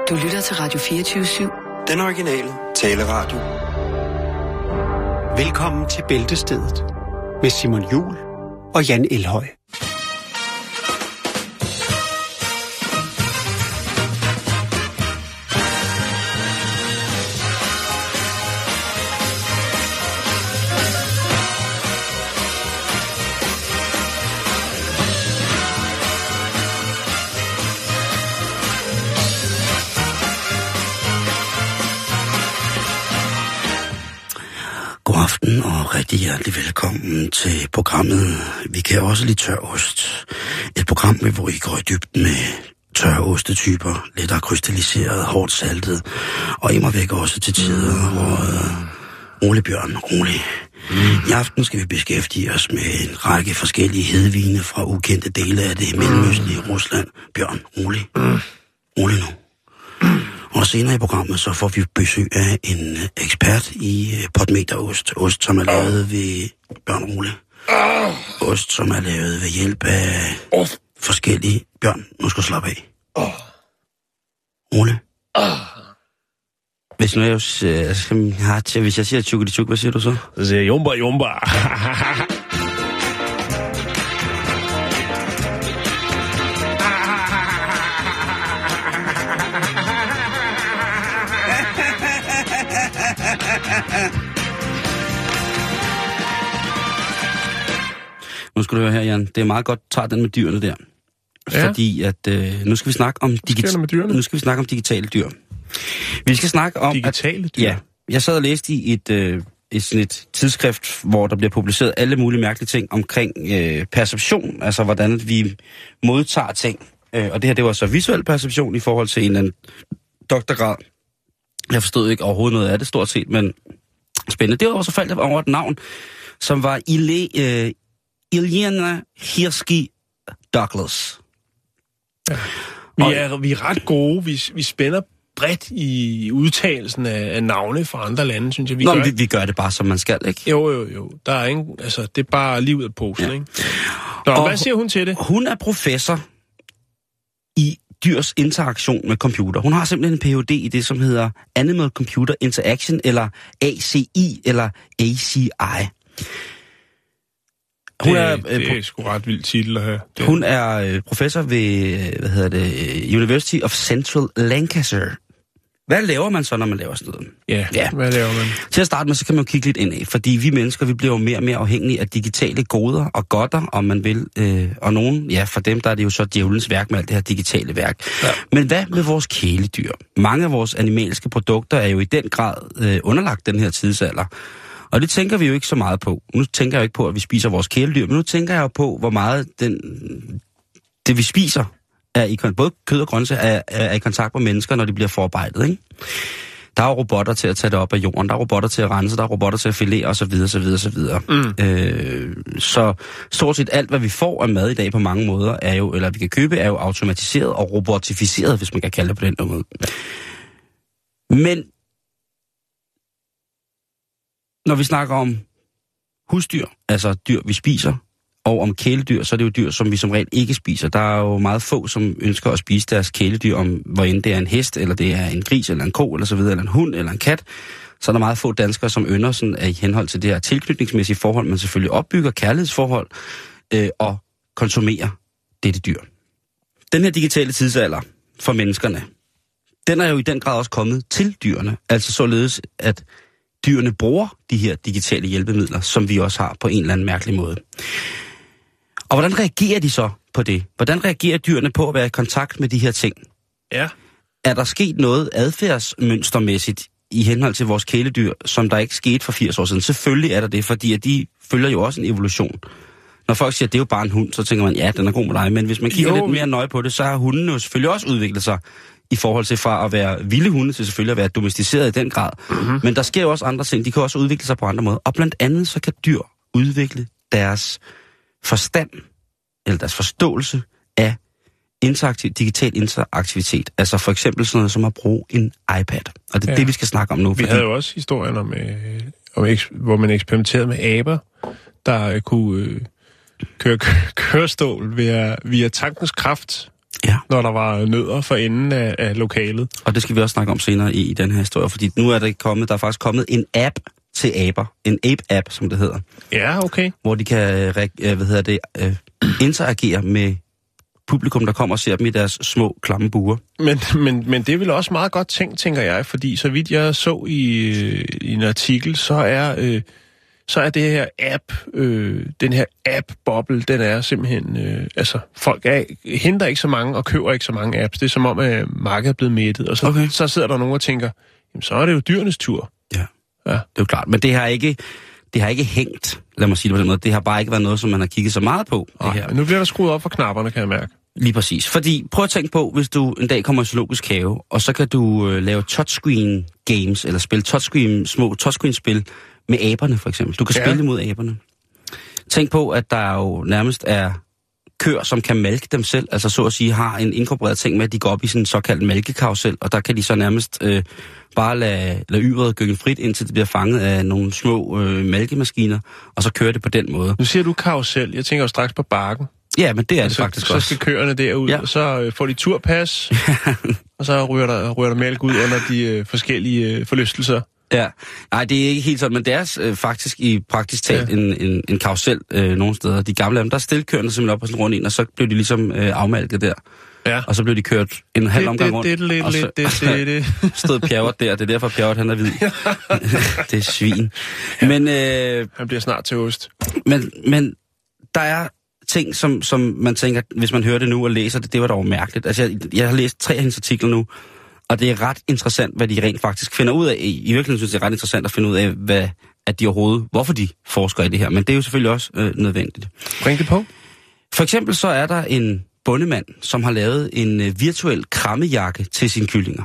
Du lytter til Radio 24/7. Den originale taleradio. Velkommen til Bæltestedet med Simon Juhl og Jan Elhøj. Aften og rigtig hjertelig velkommen til programmet Vi kan også lide tør ost. Et program, hvor I går i dybden med tørre ostetyper, lettere krystalliseret, hårdt saltet, og immer væk også til tider, hvor rolig Bjørn, rolig. I aften skal vi beskæftige os med en række forskellige hedvine fra ukendte dele af det mellemøstlige Rusland. Bjørn, rolig. Rolig nu. Og senere i programmet, så får vi besøg af en ekspert i potmeterost. Ost, som er lavet ved Bjørn Rolig. Ost, som er lavet ved hjælp af forskellige... Bjørn, nu skal du slappe af. Rolig. Hvis jeg siger tjukkeli-tjuk, hvad siger du så? Så siger jeg jumba. Nu skal du høre her, Jan. Det er meget godt, at tage den med dyrene der. Ja. Fordi at nu skal vi snakke om digitale dyr. Vi skal snakke om digitale dyr. Ja. Jeg sad og læste i sådan et tidsskrift, hvor der bliver publiceret alle mulige mærkelige ting omkring perception, altså hvordan vi modtager ting. Og det her, det var så visuel perception i forhold til en eller anden doktorgrad. Jeg forstod ikke overhovedet noget af det stort set, men spændende. Det var også faldt over et navn, som var Ilyana Hirsky Douglas. Ja. Vi er ret gode. Vi spænder bredt i udtalelsen af navne fra andre lande, synes jeg. Vi gør det bare, som man skal, ikke? Jo. Der er ingen, altså, det er bare livet af posen, ikke? Hvad siger hun til det? Hun er professor i dyrs interaktion med computer. Hun har simpelthen en Ph.D. i det, som hedder Animal Computer Interaction, eller ACI, eller ACI. Det er sgu ret vild titel at have. Hun er professor ved University of Central Lancashire. Hvad laver man så, når man laver sådan noget? Ja, hvad laver man? Til at starte med, så kan man jo kigge lidt indad, fordi vi mennesker, vi bliver jo mere og mere afhængige af digitale goder og godter, om man vil. Og nogen, ja, for dem, der er det jo så djævelens værk med alt det her digitale værk. Ja. Men hvad med vores kæledyr? Mange af vores animalske produkter er jo i den grad underlagt den her tidsalder. Og det tænker vi jo ikke så meget på. Nu tænker jeg jo ikke på, at vi spiser vores kæledyr, men nu tænker jeg jo på, hvor meget det vi spiser, både kød og grøntsager, er i kontakt med mennesker, når de bliver forarbejdet, ikke? Der er robotter til at tage det op af jorden, der er robotter til at rense, der er robotter til at filere osv. Så stort set alt, hvad vi får af mad i dag på mange måder, eller vi kan købe, er jo automatiseret og robotificeret, hvis man kan kalde det på den måde. Men når vi snakker om husdyr, altså dyr, vi spiser, og om kæledyr, så er det jo dyr, som vi som regel ikke spiser. Der er jo meget få, som ønsker at spise deres kæledyr, om hvor end det er en hest, eller det er en gris, eller en ko, eller så videre, eller en hund, eller en kat. Så er der meget få danskere, som ynder sådan, at i henhold til det her tilknytningsmæssige forhold, man selvfølgelig opbygger kærlighedsforhold og konsumerer dette dyr. Den her digitale tidsalder for menneskerne, den er jo i den grad også kommet til dyrene. Altså således, at dyrene bruger de her digitale hjælpemidler, som vi også har på en eller anden mærkelig måde. Og hvordan reagerer de så på det? Hvordan reagerer dyrene på at være i kontakt med de her ting? Ja. Er der sket noget adfærdsmønstermæssigt i henhold til vores kæledyr, som der ikke skete for 80 år siden? Selvfølgelig er der det, fordi at de følger jo også en evolution. Når folk siger, at det er jo bare en hund, så tænker man, ja, den er god med dig. Men hvis man kigger lidt mere nøje på det, så har hunden jo selvfølgelig også udviklet sig i forhold til fra at være vilde hunde til selvfølgelig at være domesticeret i den grad. Mm-hmm. Men der sker jo også andre ting. De kan også udvikle sig på andre måder. Og blandt andet så kan dyr udvikle deres forstand, eller deres forståelse af digital interaktivitet. Altså for eksempel sådan noget som at bruge en iPad. Og det er det, vi skal snakke om nu. Vi havde jo også historien om hvor man eksperimenterede med aber, der kunne køre kørestol via tankens kraft. når der var nødder for enden af lokalet. Og det skal vi også snakke om senere i den her historie, fordi nu er der faktisk kommet en app til aber. En ape-app, som det hedder. Ja, okay. Hvor de kan interagere med publikum, der kommer og ser dem i deres små, klamme buer. Men det er vel også meget godt tænkt, tænker jeg, fordi så vidt jeg så i en artikel, så er det her app, den her app-boble, den er simpelthen, folk henter ikke så mange og køber ikke så mange apps. Det er som om, at markedet er blevet mættet, og så sidder der nogen og tænker, jamen så er det jo dyrenes tur. Ja, det er jo klart. Men det har ikke hængt, lad mig sige det på den måde. Det har bare ikke været noget, som man har kigget så meget på. Det her. Nu bliver der skruet op for knapperne, kan jeg mærke. Lige præcis. Fordi prøv at tænke på, hvis du en dag kommer i zoologisk have, og så kan du lave touchscreen games, eller spille små touchscreen-spil med aberne, for eksempel. Du kan spille mod aberne. Tænk på, at der jo nærmest er køer, som kan malke dem selv, altså så at sige har en inkorporeret ting med, at de går op i sådan en såkaldt malkekarusel, og der kan de så nærmest bare lade yret gynge frit, indtil det bliver fanget af nogle små malkemaskiner, og så kører det på den måde. Nu siger du karusel, jeg tænker jo straks på Bakken. Ja, men det er det faktisk også. Så skal køerne derud, og så får de turpas, og så ryger der mælk ud under de forskellige forlystelser. Ja, nej, det er ikke helt sådan, men det er faktisk i praktisk talt en karusel nogle steder. De gamle, der stillede køerne simpelthen op på sådan rundt ind, og så blev de ligesom afmalket der. Ja. Og så blev de kørt en halv omgang rundt, og så stod Pjerrot der. Det er derfor Pjerrot, han er hvid. Det er svin. Ja. Men, han bliver snart til ost. Men der er ting, som man tænker, hvis man hører det nu og læser det, det var dog mærkeligt. Altså, jeg har læst 3 af hendes artikler nu, og det er ret interessant, hvad de rent faktisk finder ud af. I virkeligheden synes jeg, det er ret interessant at finde ud af, hvorfor de forsker i det her. Men det er jo selvfølgelig også nødvendigt. Bring det på. For eksempel så er der en bondemand, som har lavet en virtuel krammejakke til sine kyllinger.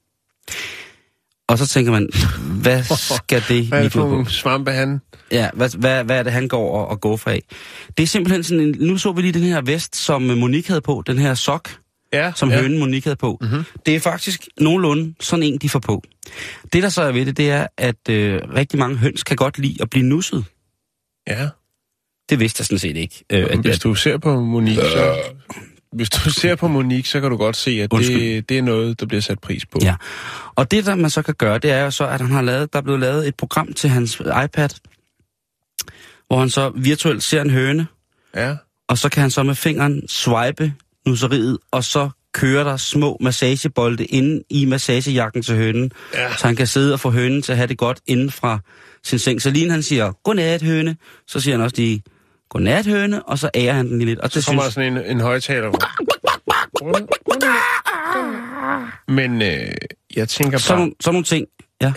Og så tænker man, hvad skal det hvad er det for en svampe han? Ja, hvad er det, han går og går fra af? Det er simpelthen sådan en... Nu så vi lige den her vest, som Monique havde på, den her sok, som hønen Monique havde på. Mm-hmm. Det er faktisk nogenlunde sådan en, de får på. Det, der så er ved det, det er, at rigtig mange høns kan godt lide at blive nusset. Ja. Det vidste jeg sådan set ikke. Hvis du ser på Monique, så kan du godt se, at det er noget, der bliver sat pris på. Ja, og det, der man så kan gøre, det er jo så, at der er blevet lavet et program til hans iPad, hvor han så virtuelt ser en høne, og så kan han så med fingeren swipe nusseriet, og så kører der små massagebolde inde i massagejakken til hønen, så han kan sidde og få hønen til at have det godt inden fra sin seng. Så lige han siger, godnat høne, så siger han også lige, godnat høne, og så ærer han den lige lidt. Og så kommer sådan en højtaler. Men jeg tænker bare... Sådan nogle ting, ja.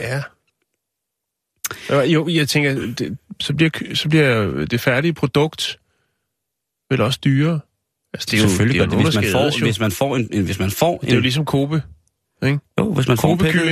Jo, jeg tænker, så bliver det færdige produkt vel også dyrere. Altså, det er selvfølgelig jo, det er hvis man får en... Det er jo ligesom Kobe, ikke? Jo, hvis man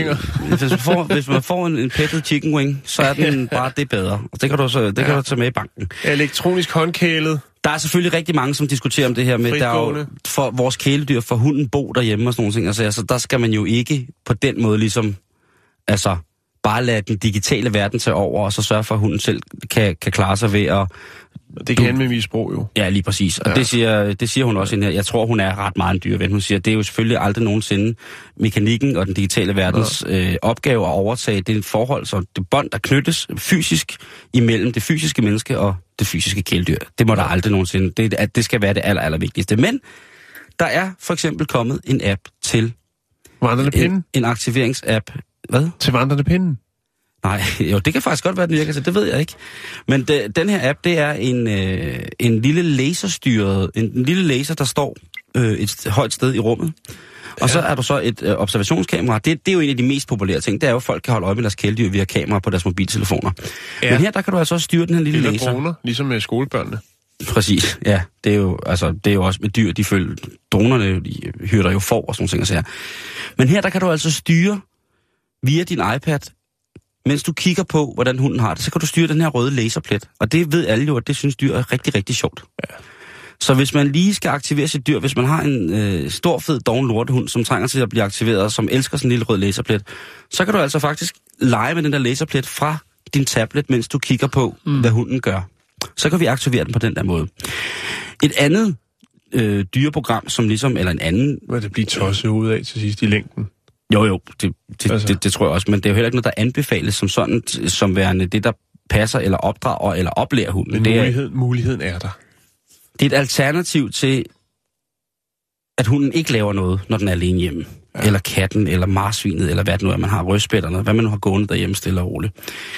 får en petted chicken wing, så er den bare det bedre. Og det kan du tage med i banken. Elektronisk håndkælet. Der er selvfølgelig rigtig mange, som diskuterer om det her med, der er jo for vores kæledyr, for hunden bo derhjemme og sådan nogle ting. Altså, der skal man jo ikke på den måde ligesom, altså, bare lade den digitale verden tage over, og så sørge for, at hunden selv kan klare sig ved at... Det kan med misbrug jo. Ja, lige præcis. Og det siger hun også her. Jeg tror, hun er ret meget en dyrven. Hun siger, at det er jo selvfølgelig aldrig nogensinde mekanikken og den digitale verdens opgave at overtage det forhold, så det bånd, der knyttes fysisk imellem det fysiske menneske og det fysiske kæledyr. Det må der aldrig nogensinde. Det skal være det allervigtigste. Men der er for eksempel kommet en app til... Vandrende pinden? En aktiveringsapp. Hvad? Til vandrende pinden? Nej, jo, det kan faktisk godt være, den virker til. Det ved jeg ikke. Men den her app, det er en lille laserstyret... En lille laser, der står et højt sted i rummet. Og så er der så et observationskamera. Det er jo en af de mest populære ting. Det er jo, at folk kan holde øje med deres kæledyr via kamera på deres mobiltelefoner. Ja. Men her, der kan du altså også styre den her lille laser. Droner, ligesom med skolebørnene. Præcis, ja. Det er jo også med dyr, de følger... Dronerne, de hyrder jo for og sådan nogle ting. Men her, der kan du altså styre via din iPad, mens du kigger på, hvordan hunden har det, så kan du styre den her røde laserplet. Og det ved alle jo, at det synes dyr er rigtig, rigtig sjovt. Ja. Så hvis man lige skal aktivere sit dyr, hvis man har en stor, fed, doven lortehund, som trænger til at blive aktiveret, og som elsker sådan en lille rød laserplet, så kan du altså faktisk lege med den der laserplet fra din tablet, mens du kigger på, hvad hunden gør. Så kan vi aktivere den på den der måde. Et andet dyreprogram, som ligesom, eller en anden... Hvad det bliver tosset ud af til sidst i længden? Jo, det tror jeg også, men det er jo heller ikke noget, der anbefales som sådan, som værende det, der passer eller opdrager eller oplærer hunden. Men muligheden er der. Det er et alternativ til, at hunden ikke laver noget, når den er alene hjemme. Ja. Eller katten, eller marsvinet, eller hvad det nu er, man har, rødspætterne, hvad man nu har gående derhjemme stille og roligt.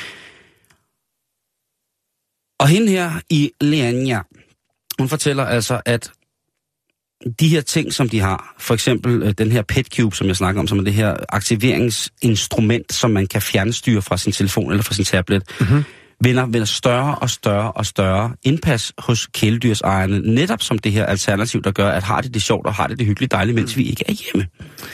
Og hende her i Leania, hun fortæller altså, at de her ting, som de har, for eksempel den her PetCube, som jeg snakker om, som er det her aktiveringsinstrument, som man kan fjernstyre fra sin telefon eller fra sin tablet, vinder større og større og større indpas hos kæledyrsejerne, netop som det her alternativ, der gør, at har de det sjovt og har de det hyggeligt dejligt, mens vi ikke er hjemme.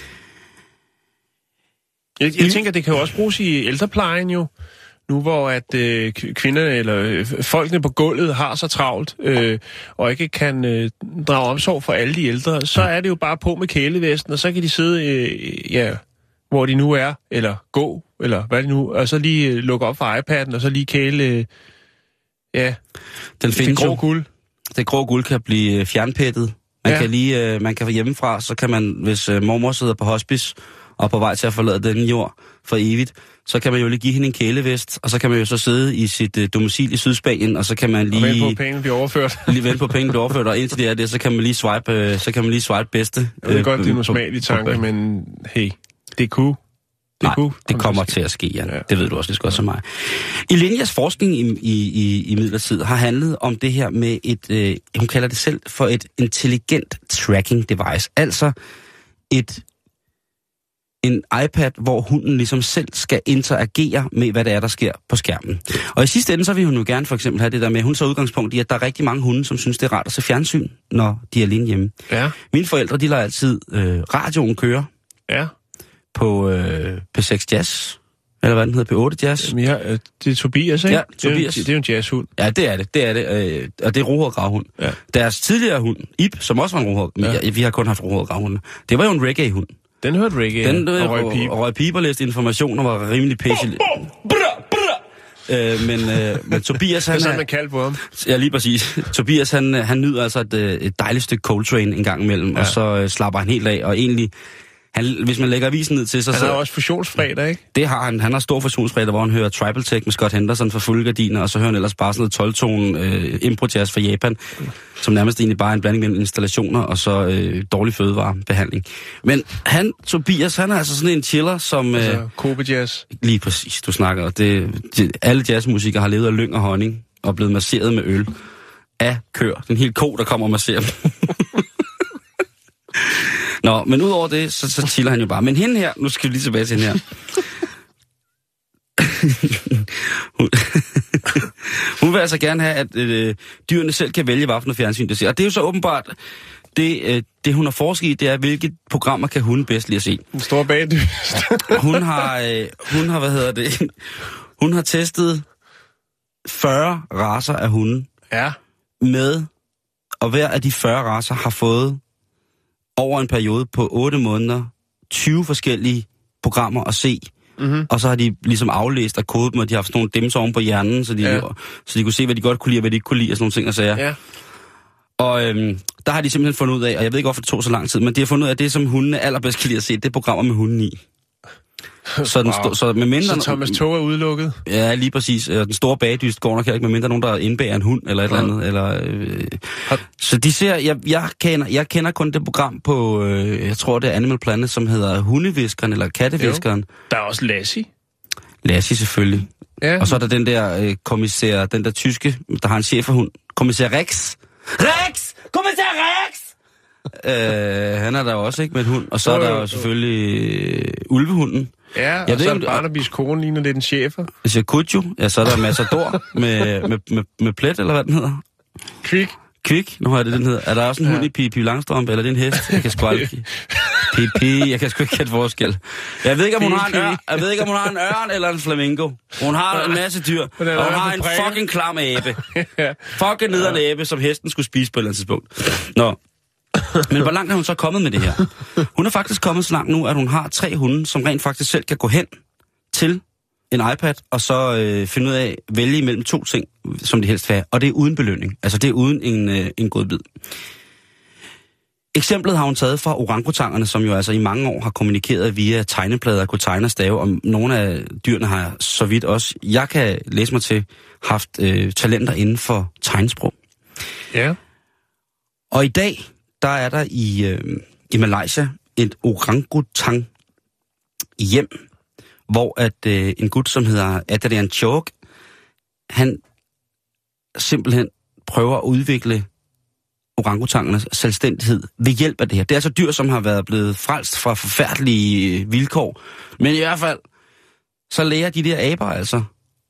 Jeg tænker, det kan jo også bruges i ældreplejen jo. Nu hvor at kvinderne eller folkene på gulvet har så travlt og ikke kan drage omsorg for alle de ældre, så er det jo bare på med kælevesten, og så kan de sidde, hvor de nu er, eller gå, eller hvad det nu, og så lige lukke op for iPad'en, og så lige kæle, det grå guld. Det grå guld kan blive fjernpættet. Man kan hjemmefra, så kan man, hvis mormor sidder på hospice, og på vej til at forlade denne jord for evigt, så kan man jo lige give hende en kælevest, og så kan man jo så sidde i sit domicil i Sydspanien, og så kan man lige... Og vente på, pengene bliver overført. Lige vente på, pengene bliver overført, og indtil det er det, så kan man lige swipe, bedste. Jeg ved godt, det er nogle smagelige tanker, men hey, det kunne. Det kommer til at ske, Jan. Ja. Det ved du også lige så godt som mig. Elenias forskning i midlertid har handlet om det her med et, hun kalder det selv for et intelligent tracking device. Altså en iPad, hvor hunden ligesom selv skal interagere med, hvad det er, der sker på skærmen. Og i sidste ende, så vil hun jo gerne for eksempel have det der med, hun så udgangspunkt i, at der er rigtig mange hunde, som synes, det er rart at se fjernsyn, når de er alene hjemme. Ja. Mine forældre, de lader altid radioen køre. Ja. På P6 Jazz, eller hvad den hedder, P8 Jazz. Jamen, det er Tobias, ikke? Ja, Tobias. Det er jo en jazzhund. Ja, det er det. Og det er rohåret gravhund. Ja. Deres tidligere hund, Ib, som også var en rohåret, vi har kun haft rohåret gravhunde, det var jo en reggae-hund. Den hørte reggae, og røg piber læste informationer, var rimelig pæselig. Men Tobias, han... Det er sådan, man kaldte på ham. Ja, lige præcis. Tobias, han nyder altså et dejligt stykke Coltrane en gang imellem, og så slapper han helt af, og egentlig... hvis man lægger avisen ned til sig... Han har også fusionsfredag, ikke? Det har han. Han har stor fusionsfredag, hvor han hører Tribal Tech med Scott Henderson for fulde gardiner, og så hører han ellers bare sådan noget 12-tone impro-jazz fra Japan, som nærmest egentlig bare er en blanding mellem installationer og så dårlig fødevarebehandling. Men Tobias, han er altså sådan en chiller, som... Altså Kobe-jazz. Lige præcis, du snakker. Alle jazzmusikere har levet af lyng og honning, og blevet masseret med øl af kør. Den hele ko, der kommer og masserer dem. Nå, men udover det, så chiller han jo bare. Men hende her, nu skal vi lige tilbage til hende her. Hun vil altså gerne have, at dyrene selv kan vælge, hvad for noget fjernsyn det ser. Og det er jo så åbenbart, det hun har forsket i, det er, hvilke programmer kan hun bedst lide at se. En stor bagdyst. Hun har testet 40 racer af hunde. Ja. Med, og hver af de 40 racer har fået over en periode på 8 måneder 20 forskellige programmer at se. Mm-hmm. Og så har de ligesom aflæst og kodet dem, og de har haft sådan nogle dimser oven på hjernen, så de kunne se, hvad de godt kunne lide, og hvad de ikke kunne lide, og sådan nogle ting og sager. Ja. Og der har de simpelthen fundet ud af, og jeg ved ikke, hvorfor det tog så lang tid, men de har fundet ud af, at det, som hundene allerbedst kan lide at se, det er programmer med hunden i. Så med mindre... Så Thomas Tog er udelukket? Ja, lige præcis. Den store bagdyst går nok ikke med mindre nogen, der indbærer en hund eller et eller andet. Eller, så de ser... Jeg kender kun det program på... jeg tror, det er Animal Planet, som hedder Hundeviskeren eller Katteviskeren. Jo. Der er også Lassie. Lassie selvfølgelig. Ja. Og så er der den der kommissær, den der tyske, der har en cheferhund. Kommissær Rex! Rex! Kommissær Rex! Han er der også, ikke, med en hund. Og så er der jo selvfølgelig ulvehunden. Ja, og så er Barnabys kone ligner lidt en chefer. Hvis jeg Kutjo, ja, så er der Matador med plet, eller hvad den hedder. Kvik, nu har jeg det, den hedder. Er der også en hund i Pippi Langstrømpe, eller er det en hest? Jeg kan sgu aldrig... Pippi, jeg kan sgu ikke kætte forskel. Jeg ved ikke, om hun har en ørn eller en flamingo. Hun har en masse dyr, og hun har en fucking klam abe. Fucking nederen abe, som hesten skulle spise på et eller andet tidspunkt. Nå. Men hvor langt er hun så kommet med det her? Hun er faktisk kommet så langt nu, at hun har 3 hunde, som rent faktisk selv kan gå hen til en iPad, og så finde ud af at vælge imellem 2 ting, som de helst vil have. Og det er uden belønning. Altså det er uden en godbid. Eksemplet har hun taget fra orangutangerne, som jo altså i mange år har kommunikeret via tegneplader, kunne tegne og stave, og nogle af dyrene har så vidt også, jeg kan læse mig til, haft talenter inden for tegnsprog. Ja. Og i dag, der er der i Malaysia et orangutang hjem, hvor at en gut, som hedder Adrian Chok, han simpelthen prøver at udvikle orangutangernes selvstændighed ved hjælp af det her. Det er altså dyr, som har været blevet frelst fra forfærdelige vilkår. Men i hvert fald, så lærer de der aber altså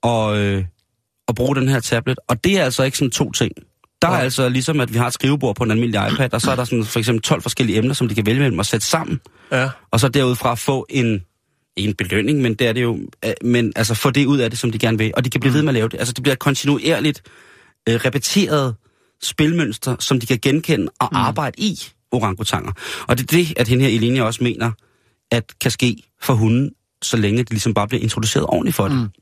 at bruge den her tablet. Og det er altså ikke sådan 2 ting. Der er altså ligesom, at vi har et skrivebord på en almindelig iPad, og så er der sådan for eksempel 12 forskellige emner, som de kan vælge mellem og sætte sammen. Ja. Og så derudfra få en belønning, men det er det jo, men altså få det ud af det, som de gerne vil. Og de kan blive ved med at lave det. Altså det bliver kontinuerligt repeteret spilmønster, som de kan genkende og arbejde i, orangutanger. Og det er det, at hende her Elenia også mener, at kan ske for hunden, så længe det ligesom bare bliver introduceret ordentligt for det.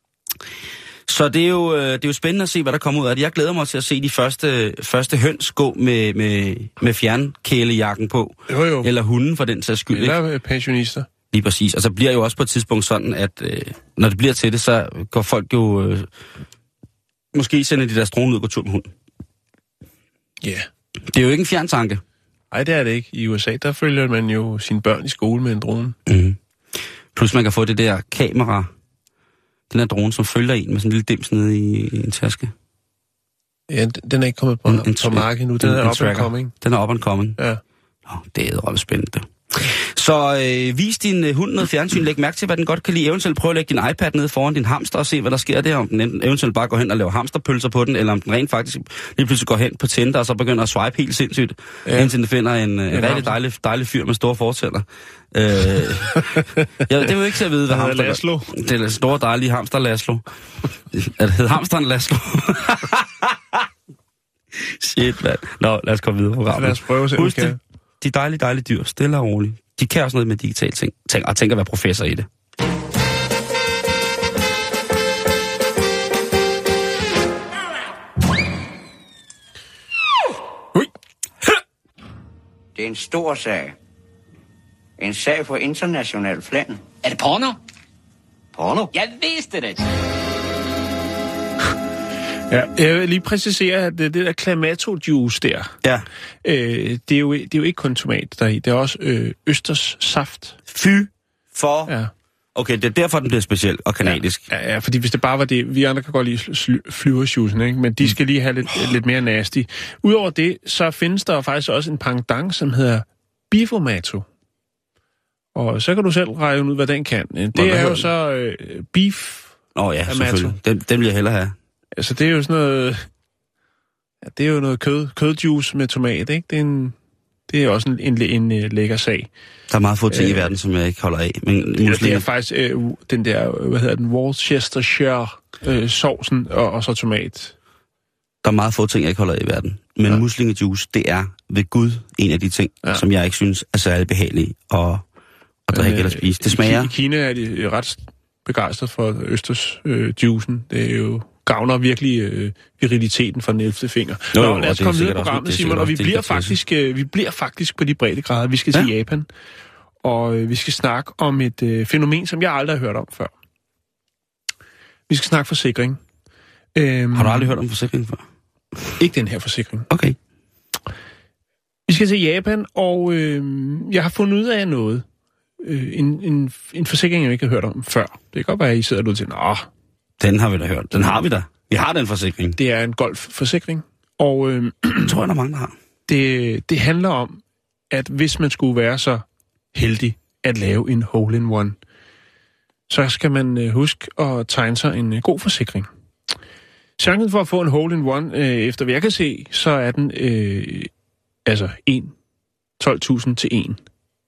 Så det er jo spændende at se, hvad der kommer ud af det. Jeg glæder mig til at se de første høns gå med fjernkælejakken på. Jo. Eller hunden for den sags skyld. Eller pensionister. Lige præcis. Og så bliver jo også på et tidspunkt sådan, at når det bliver til det, så går folk jo... måske sender de deres drone ud og går tur med hunden. Ja. Yeah. Det er jo ikke en fjern tanke. Nej, det er det ikke. I USA, der følger man jo sine børn i skole med en drone. Mm. Plus man kan få det der kamera, den der drone, som følger en med sådan en lille dims nede i en taske. Ja, den er ikke kommet på markedet nu. Den er up and coming. Den er up and coming. Ja. Det er ret spændende. Så vis din hund noget fjernsyn, læg mærke til, hvad den godt kan lide. Eventuelt prøv at lægge din iPad ned foran din hamster og se, hvad der sker der. Om den eventuelt bare går hen og laver hamsterpølser på den, eller om den rent faktisk lige pludselig går hen på Tinder og så begynder at swipe helt sindssygt, indtil den finder en rigtig dejlig fyr med store fortæller. Det er jo ikke til at vide, hvad hamster Laszlo. Det er store dejlige hamster Laszlo. Det hedder hamsteren Laszlo. Shit, mand. Nå, lad os komme videre på programmet. Lad os prøve at se, de dejlige dyr, stille og roligt. De kan også noget med digitale ting. Tænk at være professor i det. Det er en stor sag. En sag for international plan. Er det porno? Porno? Jeg vidste det. Ja, jeg vil lige præcisere, at det der Clamato-juice der, ja. Det er jo ikke kun tomat deri, det er også østers saft. Fy for... Ja. Okay, det er derfor, den bliver speciel og kanadisk. Ja, fordi hvis det bare var det, vi andre kan godt lide flyversjuicen, ikke? Men de skal lige have lidt mere nasty. Udover det, så findes der faktisk også en pendant, som hedder Bifomato. Og så kan du selv regne ud, hvad den kan. Det er jo så beef. Ja, selvfølgelig. Den vil jeg hellere have. Altså, det er jo sådan noget... Ja, det er jo noget kødjuice med tomat, ikke? Det er også en lækker sag. Der er meget få ting i verden, som jeg ikke holder af. Men det er faktisk den der, Worcestershire sovsen og så tomat. Der er meget få ting, jeg ikke holder af i verden. Men muslingejuice, det er ved Gud en af de ting, som jeg ikke synes er særlig behagelige at drikke eller spise. Det smager... I Kina er de ret begejstret for østers juicen. Det er jo... gavner virkelig viriliteten fra den 11. finger. Nå, lad os komme videre på programmet, Simon, og vi bliver faktisk på de breddegrader. Vi skal til Japan, og vi skal snakke om et fænomen, som jeg aldrig har hørt om før. Vi skal snakke forsikring. Har du aldrig hørt om forsikring før? Ikke den her forsikring. Okay. Vi skal til Japan, og jeg har fundet ud af noget. En forsikring, jeg ikke har hørt om før. Det kan godt være, at I sidder og til, den har vi da hørt. Den har vi da. Vi har den forsikring. Det er en golfforsikring. Og tror jeg, der er mange, der har. Det handler om, at hvis man skulle være så heldig at lave en hole-in-one, så skal man huske at tegne sig en god forsikring. Chancen for at få en hole-in-one, efter hvad jeg kan se, så er den 12.000 til 1.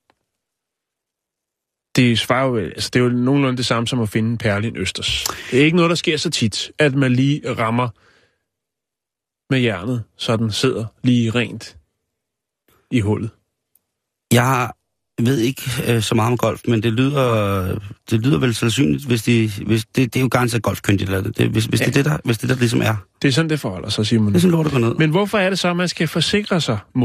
Det svarer jo, det er jo nogenlunde det samme som at finde en perle i en østers. Det er ikke noget, der sker så tit, at man lige rammer med hjernet, så den sidder lige rent i hullet. Jeg ved ikke så meget om golf, men det lyder vel sandsynligt, hvis det er jo garanteret golfkyndigt, eller det, hvis det der ligesom er. Det er sådan, det forholder sig, Simon. Det er sådan, lort, der går ned. Men hvorfor er det så, at man skal forsikre sig mod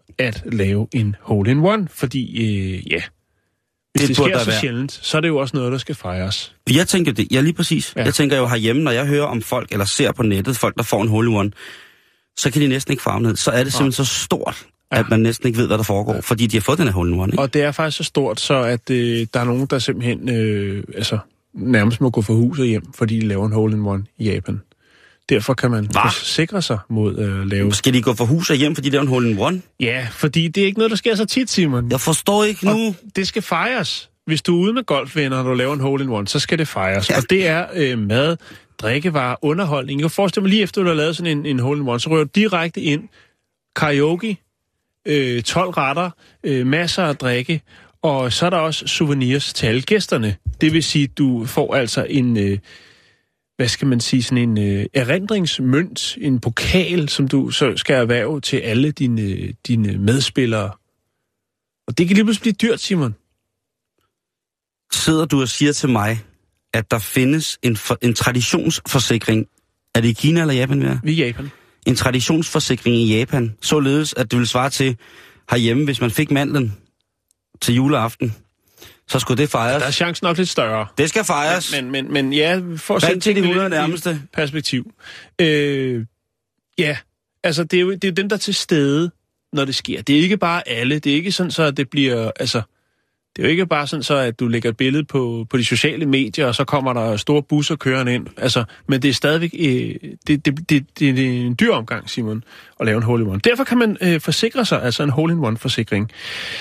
at lave en hole-in-one, fordi hvis det sker så sjældent, så er det jo også noget, der skal fejres. Jeg tænker det, lige præcis. Ja. Jeg tænker jo herhjemme, når jeg hører om folk, eller ser på nettet, folk, der får en hole-in-one, så kan de næsten ikke farve ned. Så er det simpelthen så stort, at man næsten ikke ved, hvad der foregår, fordi de har fået den her hole-in-one. Ikke? Og det er faktisk så stort, så at der er nogen, der simpelthen nærmest må gå for hus og hjem, fordi de laver en hole-in-one i Japan. Derfor kan man sikre sig mod at lave... Skal de gå for hus og hjem, fordi de laver en hole-in-one? Ja, fordi det er ikke noget, der sker så tit, Simon. Jeg forstår ikke nu. Og det skal fejres. Hvis du er ude med golfvenner, og du laver en hole-in-one, så skal det fejres. Ja. Og det er mad, drikkevarer, underholdning. Jeg kan forestille mig lige efter, du har lavet sådan en hole-in-one, så rører du direkte ind, karaoke, 12 retter, masser af drikke, og så er der også souvenirs til alle gæsterne. Det vil sige, du får altså en... hvad skal man sige, sådan en erindringsmønt, en pokal, som du så skal erhverve til alle dine medspillere. Og det kan lige pludselig blive dyrt, Simon. Sidder du og siger til mig, at der findes en traditionsforsikring? Er det i Kina eller Japan mere? Vi er Japan. En traditionsforsikring i Japan, således at det vil svare til herhjemme, hvis man fik mandlen til juleaften, så skulle det fejres. Der er chancen nok lidt større. Det skal fejres. Men ja, for at sætte tingene lidt nærmeste perspektiv. Ja, altså det er den, der er til stede, når det sker. Det er ikke bare alle. Det er ikke sådan, så at det bliver... Altså, det er jo ikke bare sådan, så at du lægger et billede på de sociale medier, og så kommer der store busser kørende ind. Altså, men det er stadigvæk... Det er en dyr omgang, Simon, at lave en hole-in-one. Derfor kan man forsikre sig, altså en hole-in-one-forsikring.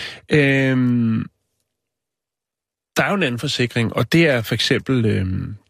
Der er jo en anden forsikring, og det er for eksempel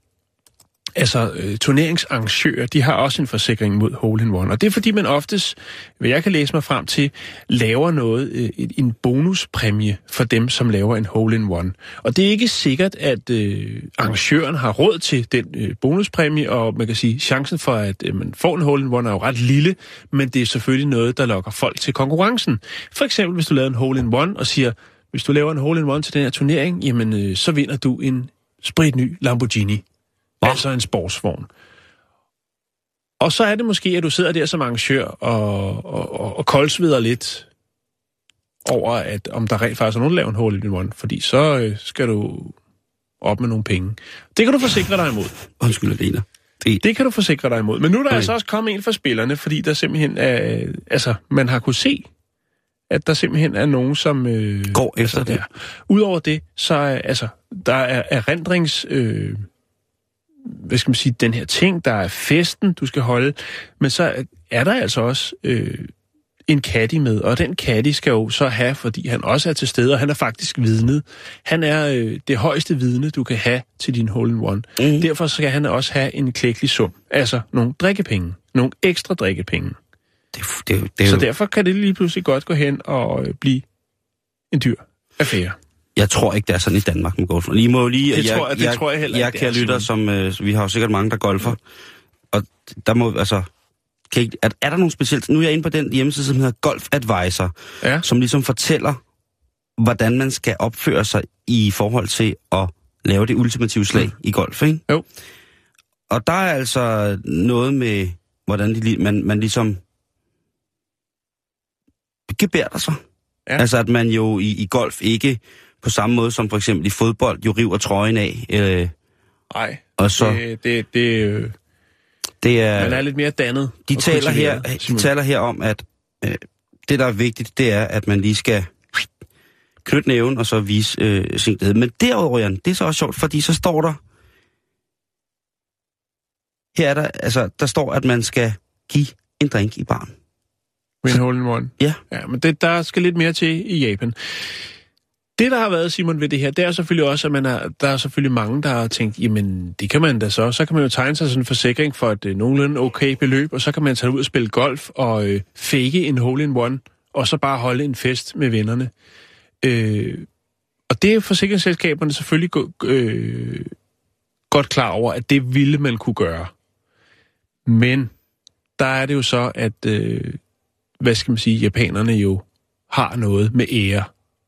turneringsarrangører, de har også en forsikring mod hole-in-one. Og det er fordi, man oftest, hvad jeg kan læse mig frem til, laver noget, en bonuspræmie for dem, som laver en hole-in-one. Og det er ikke sikkert, at arrangøren har råd til den bonuspræmie, og man kan sige, chancen for, at man får en hole-in-one er jo ret lille, men det er selvfølgelig noget, der lokker folk til konkurrencen. For eksempel, hvis du laver en hole-in-one og siger, hvis du laver en hole-in-one til den her turnering, jamen, så vinder du en spritny Lamborghini. Altså en sportsvogn. Og så er det måske, at du sidder der som arrangør og koldsveder lidt over, at om der rent faktisk er nogen, der laver en hole-in-one, fordi så skal du op med nogle penge. Det kan du forsikre dig imod. Undskyld, Alena. Det kan du forsikre dig imod. Men nu er der altså også kommet en fra spillerne, fordi der simpelthen er... man har kunnet se, at der simpelthen er nogen, som... går efter det. Udover det, så der er erindrings... hvad skal man sige, den her ting, der er festen, du skal holde, men så er der altså også en caddy med, og den caddy skal jo så have, fordi han også er til stede, og han er faktisk vidnet. Han er det højeste vidne, du kan have til din hole-in-one. Derfor skal han også have en klækkelig sum, altså nogle drikkepenge, nogle ekstra drikkepenge. Så derfor kan det lige pludselig godt gå hen og blive en dyr affære. Jeg tror ikke, det er sådan i Danmark med golf. I må jo lige... Det tror jeg heller ikke. Jeg kan lytte, som vi har jo sikkert mange, der golfer. Og der må, altså... er der nogle specielt... Nu er jeg inde på den hjemmeside, som hedder Golf Advisor, som ligesom fortæller, hvordan man skal opføre sig i forhold til at lave det ultimative slag i golf, ikke? Jo. Og der er altså noget med, hvordan man ligesom gebærder sig. Ja. Altså, at man jo i golf ikke... på samme måde som for eksempel i fodbold, jo river trøjen af. Nej, og så, det er... Man er lidt mere dannet. De taler her om, at det, der er vigtigt, det er, at man lige skal knytte næven og så vise sin glæde. Men derudover, Jan, det er så også sjovt, fordi så står der... Her er der, altså, der står, at man skal give en drink i baren. Med en hole-in-one? Ja. Ja, men der skal lidt mere til i Japan. Det, der har været, Simon, ved det her, det er selvfølgelig også, at der er selvfølgelig mange, der har tænkt, jamen, det kan man da så. Så kan man jo tegne sig sådan en forsikring for et nogenlunde okay beløb, og så kan man tage ud og spille golf og fake en hole-in-one, og så bare holde en fest med vennerne. Og det er forsikringsselskaberne selvfølgelig godt klar over, at det ville man kunne gøre. Men der er det jo så, at, hvad skal man sige, japanerne jo har noget med ære.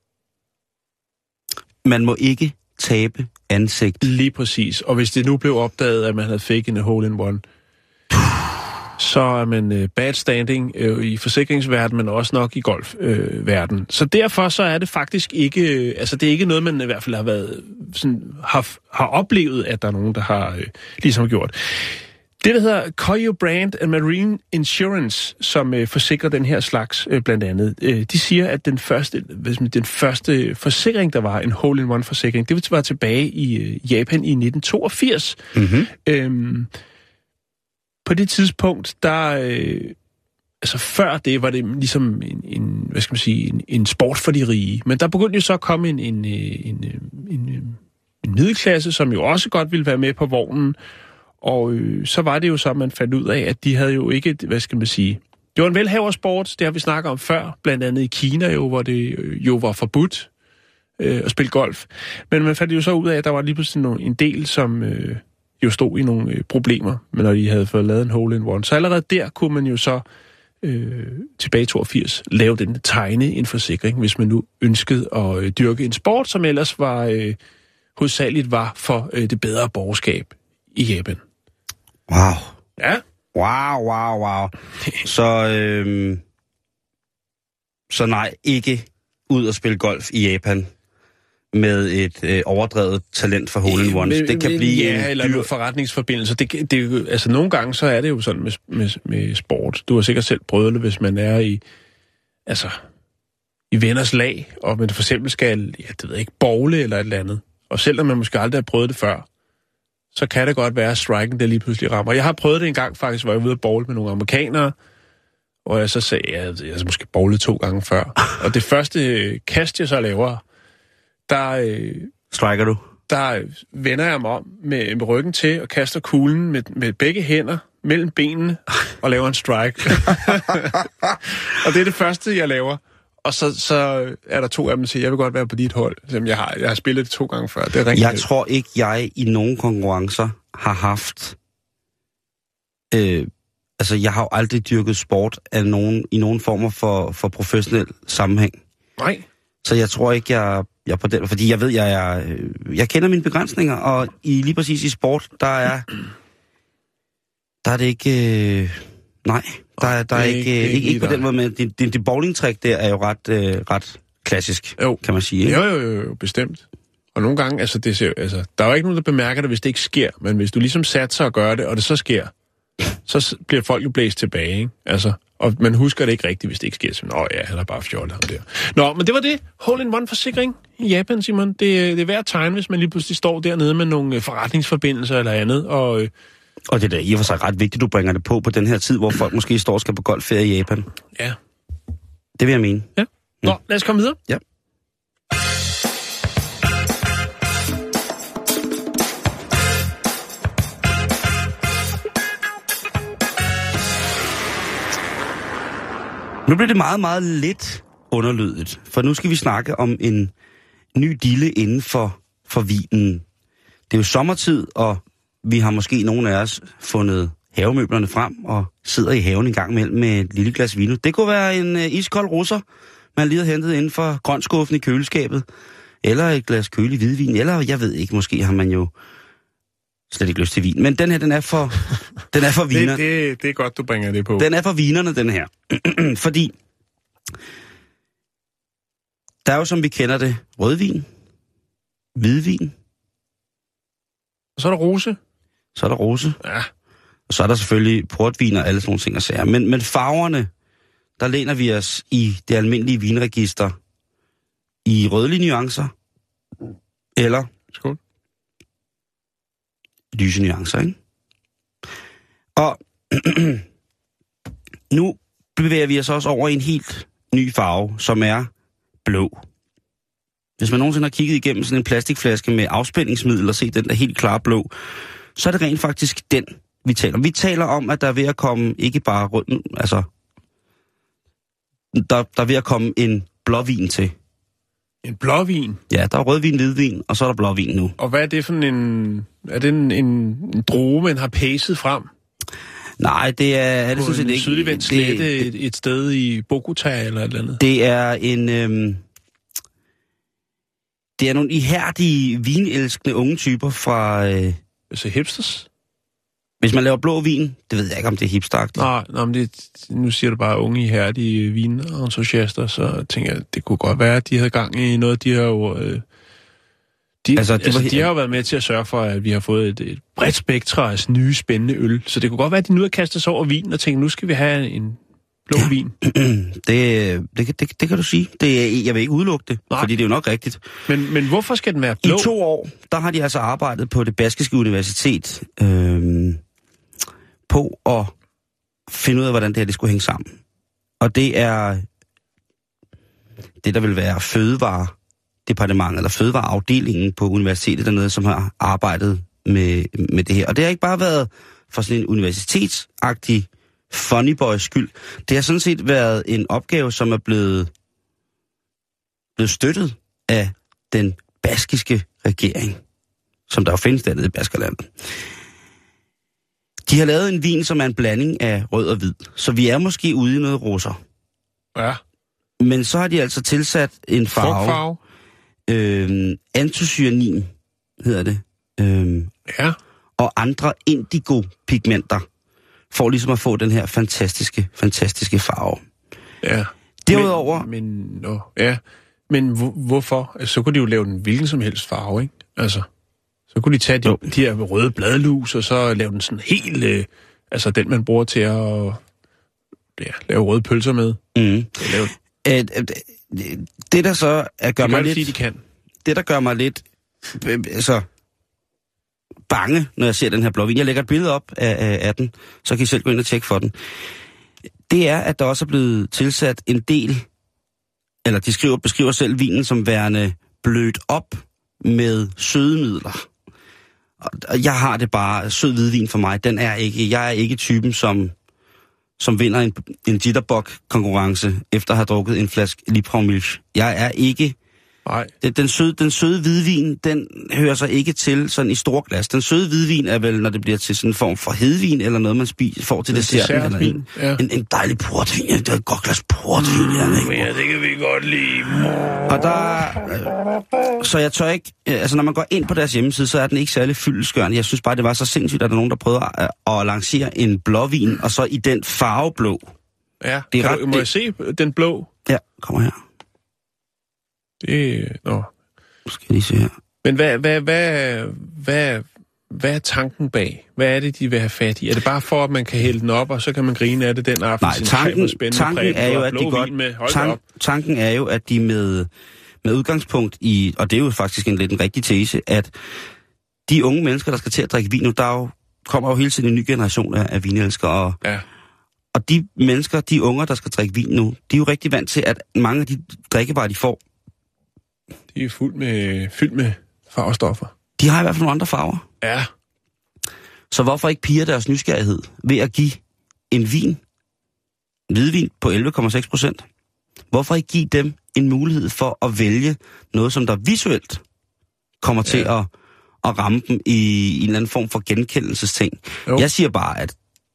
Man må ikke tabe ansigt. Lige præcis. Og hvis det nu blev opdaget, at man havde fake en hole-in-one, så er man bad standing i forsikringsverdenen, men også nok i golfverden. Så derfor så er det faktisk ikke, altså det er ikke noget, man i hvert fald har været sådan, har oplevet, at der er nogen, der har ligesom gjort. Det, der hedder Coyo Brand and Marine Insurance, som forsikrer den her slags blandt andet, de siger, at den første forsikring, der var en hole-in-one-forsikring, det var tilbage i Japan i 1982. Mm-hmm. På det tidspunkt, der altså før det var det ligesom en sport for de rige, men der begyndte jo så at komme en middelklasse, som jo også godt ville være med på vognen. Og så var det jo så, at man fandt ud af, at de havde jo ikke, det var en velhaversport, det har vi snakket om før, blandt andet i Kina jo, hvor det jo var forbudt at spille golf. Men man fandt jo så ud af, at der var lige pludselig en del, som jo stod i nogle problemer, men når de havde fået lavet en hole-in-one. Så allerede der kunne man jo så tilbage i 82 lave tegne en forsikring, hvis man nu ønskede at dyrke en sport, som ellers var hovedsageligt var for det bedre borgerskab i Japan. Wow. Ja. Wow. Så nej, ikke ud og spille golf i Japan med et overdrevet talent for hole-in-ones. Det kan blive eller dyr forretningsforbindelser. Det, altså nogle gange så er det jo sådan med sport. Du har sikkert selv prøvet det, hvis man er i venners lag, og man for eksempel skal, bowle eller et eller andet. Og selvom man måske aldrig har prøvet det før, så kan det godt være, at striken der lige pludselig rammer. Jeg har prøvet det en gang faktisk, hvor jeg var ude at bowle med nogle amerikanere, og jeg så sagde, jeg har måske bowlet 2 gange før. Og det første kast, jeg så laver, der striker du? Der vender jeg mig om med ryggen til og kaster kuglen med begge hænder mellem benene og laver en strike. Og det er det første, jeg laver. Og så er der 2 af dem, der siger, jeg vil godt være på dit hold. Jeg har spillet det 2 gange før. Jeg tror ikke, jeg i nogen konkurrencer har haft... jeg har jo aldrig dyrket sport af i nogen former for professionel sammenhæng. Nej. Så jeg tror ikke, jeg på den... Fordi jeg ved, jeg kender mine begrænsninger, og lige præcis i sport, der er det ikke... Nej, der er ikke på den måde, men det bowling-trick der er jo ret klassisk, kan man sige. Ikke? Jo, bestemt. Og nogle gange, der er jo ikke nogen, der bemærker det, hvis det ikke sker, men hvis du ligesom satser og gør det, og det så sker, så bliver folk jo blæst tilbage, ikke? Og man husker det ikke rigtigt, hvis det ikke sker. Så, han har bare fjollet ham der. Nå, men det var det. Hole-in-one-forsikring i Japan, Simon. Det er værd at tegne, hvis man lige pludselig står dernede med nogle forretningsforbindelser eller andet, Og det er da i og for sig ret vigtigt, du bringer det på den her tid, hvor folk måske står og skal på golfferie i Japan. Ja. Det vil jeg mene. Ja. Nå, lad os komme videre. Ja. Nu bliver det meget, meget lidt underlydigt, for nu skal vi snakke om en ny dille inden for vinen. Det er jo sommertid, og vi har måske nogle af os fundet havemøblerne frem og sidder i haven en gang imellem med et lille glas vino. Det kunne være en iskold russer, man lige har hentet inden for grøntskuffen i køleskabet, eller et glas kølig hvidvin, eller jeg ved ikke, måske har man jo slet ikke lyst til vin. Men den her, den er for viner. Det er godt, du bringer det på. Den er for vinerne, den her. Fordi der er jo, som vi kender det, rødvin, hvidvin. Og så er der rose. Ja. Og så er der selvfølgelig portvin og alle sådan nogle ting og sager. Men farverne, der læner vi os i det almindelige vinregister i rødlige nuancer, eller skål, lyse nuancer, ikke? Og nu bevæger vi os også over i en helt ny farve, som er blå. Hvis man nogensinde har kigget igennem sådan en plastikflaske med afspændingsmiddel og set den der helt klare blå, så er det rent faktisk den, vi taler om. Vi taler om, at der er ved at komme ikke bare rundt, der er ved at komme en blåvin til. En blåvin? Ja, der er rødvin, hvidvin, og så er der blåvin nu. Og hvad er det for en... Er det en droge, man har pacet frem? Nej, det er det sådan set ikke. På en sydligvendt slette et sted i Bogota eller et eller andet? Det er en... det er nogle ihærdige, vinelskende unge typer fra... Altså hipsters? Hvis man laver blå vin, det ved jeg ikke, om det er hipsteragtigt. Nej, men nu siger du bare unge, ihærdige vinentusiaster, så tænker jeg, det kunne godt være, at de havde gang i noget, de har jo... De har jo været med til at sørge for, at vi har fået et bredt spektrum af nye, spændende øl. Så det kunne godt være, at de nu har kastet sig over vin og tænkt, nu skal vi have en blå vin. Det kan du sige. Jeg vil ikke udelukke det, fordi det er jo nok rigtigt. Men hvorfor skal den være blå? I 2 år, der har de altså arbejdet på det baskiske universitet på at finde ud af, hvordan det her det skulle hænge sammen. Og det er det, der vil være fødevaredepartementet, eller fødevareafdelingen på universitetet dernede, som har arbejdet med det her. Og det har ikke bare været for sådan en universitetsagtig funny boys skyld. Det har sådan set været en opgave, som er blevet støttet af den baskiske regering, som der jo findes dernede i Baskerlandet. De har lavet en vin, som er en blanding af rød og hvid, så vi er måske ude i noget russer. Ja. Men så har de altså tilsat en farve. Antocyanin hedder det. Ja. Og andre indigo-pigmenter, for ligesom at få den her fantastiske farve. Ja. Derudover... Men hvorfor? Altså, så kunne de jo lave den hvilken som helst farve, ikke? Altså, så kunne de tage de her røde bladlus, og så lave den sådan helt... altså, den man bruger til at lave røde pølser med. Mm. Det der så gør mig lidt... de kan. Det, der gør mig lidt... altså... bange, når jeg ser den her blå vin. Jeg lægger et billede op af den, så kan I selv gå ind og tjekke for den. Det er, at der også er blevet tilsat en del, eller de beskriver selv vinen som værende blødt op med sødemidler. Og jeg har det bare, sød hvidvin for mig, jeg er ikke typen, som vinder en jitterbug-konkurrence, efter at have drukket en flaske Liebfraumilch. Jeg er ikke... Nej. Den søde hvidvin, den hører sig ikke til sådan i store glas. Den søde hvidvin er vel, når det bliver til sådan en form for hedvin, eller noget, man får til desserten. Eller en dejlig portvin. Ja, det er et godt glas portvin. Ja, det kan vi godt lide. Og der... Så jeg tør ikke... Altså, når man går ind på deres hjemmeside, så er den ikke særlig fyldestgørende. Jeg synes bare, det var så sindssygt, at der er nogen, der prøvede at lancere en blåvin, og så i den farveblå. Ja, må jeg se den blå? Ja, kommer her. Skal jeg lige se her. Men hvad er tanken bag? Hvad er det, de vil have fat i? Er det bare for, at man kan hælde den op, og så kan man grine af det den aften? Nej, tanken er jo, at de med udgangspunkt i, og det er jo faktisk lidt en rigtig tese, at de unge mennesker, der skal til at drikke vin nu, kommer jo hele tiden en ny generation af vinelskere. Og de mennesker, de unger, der skal drikke vin nu, de er jo rigtig vant til, at mange af de drikkevarer, de får, de er fyldt med farvestoffer. De har i hvert fald nogle andre farver. Ja. Så hvorfor ikke pirre deres nysgerrighed ved at give en hvidvin på 11,6%? Hvorfor ikke give dem en mulighed for at vælge noget, som der visuelt kommer til at ramme dem i en eller anden form for genkendelsesting? Jo. Jeg siger bare, at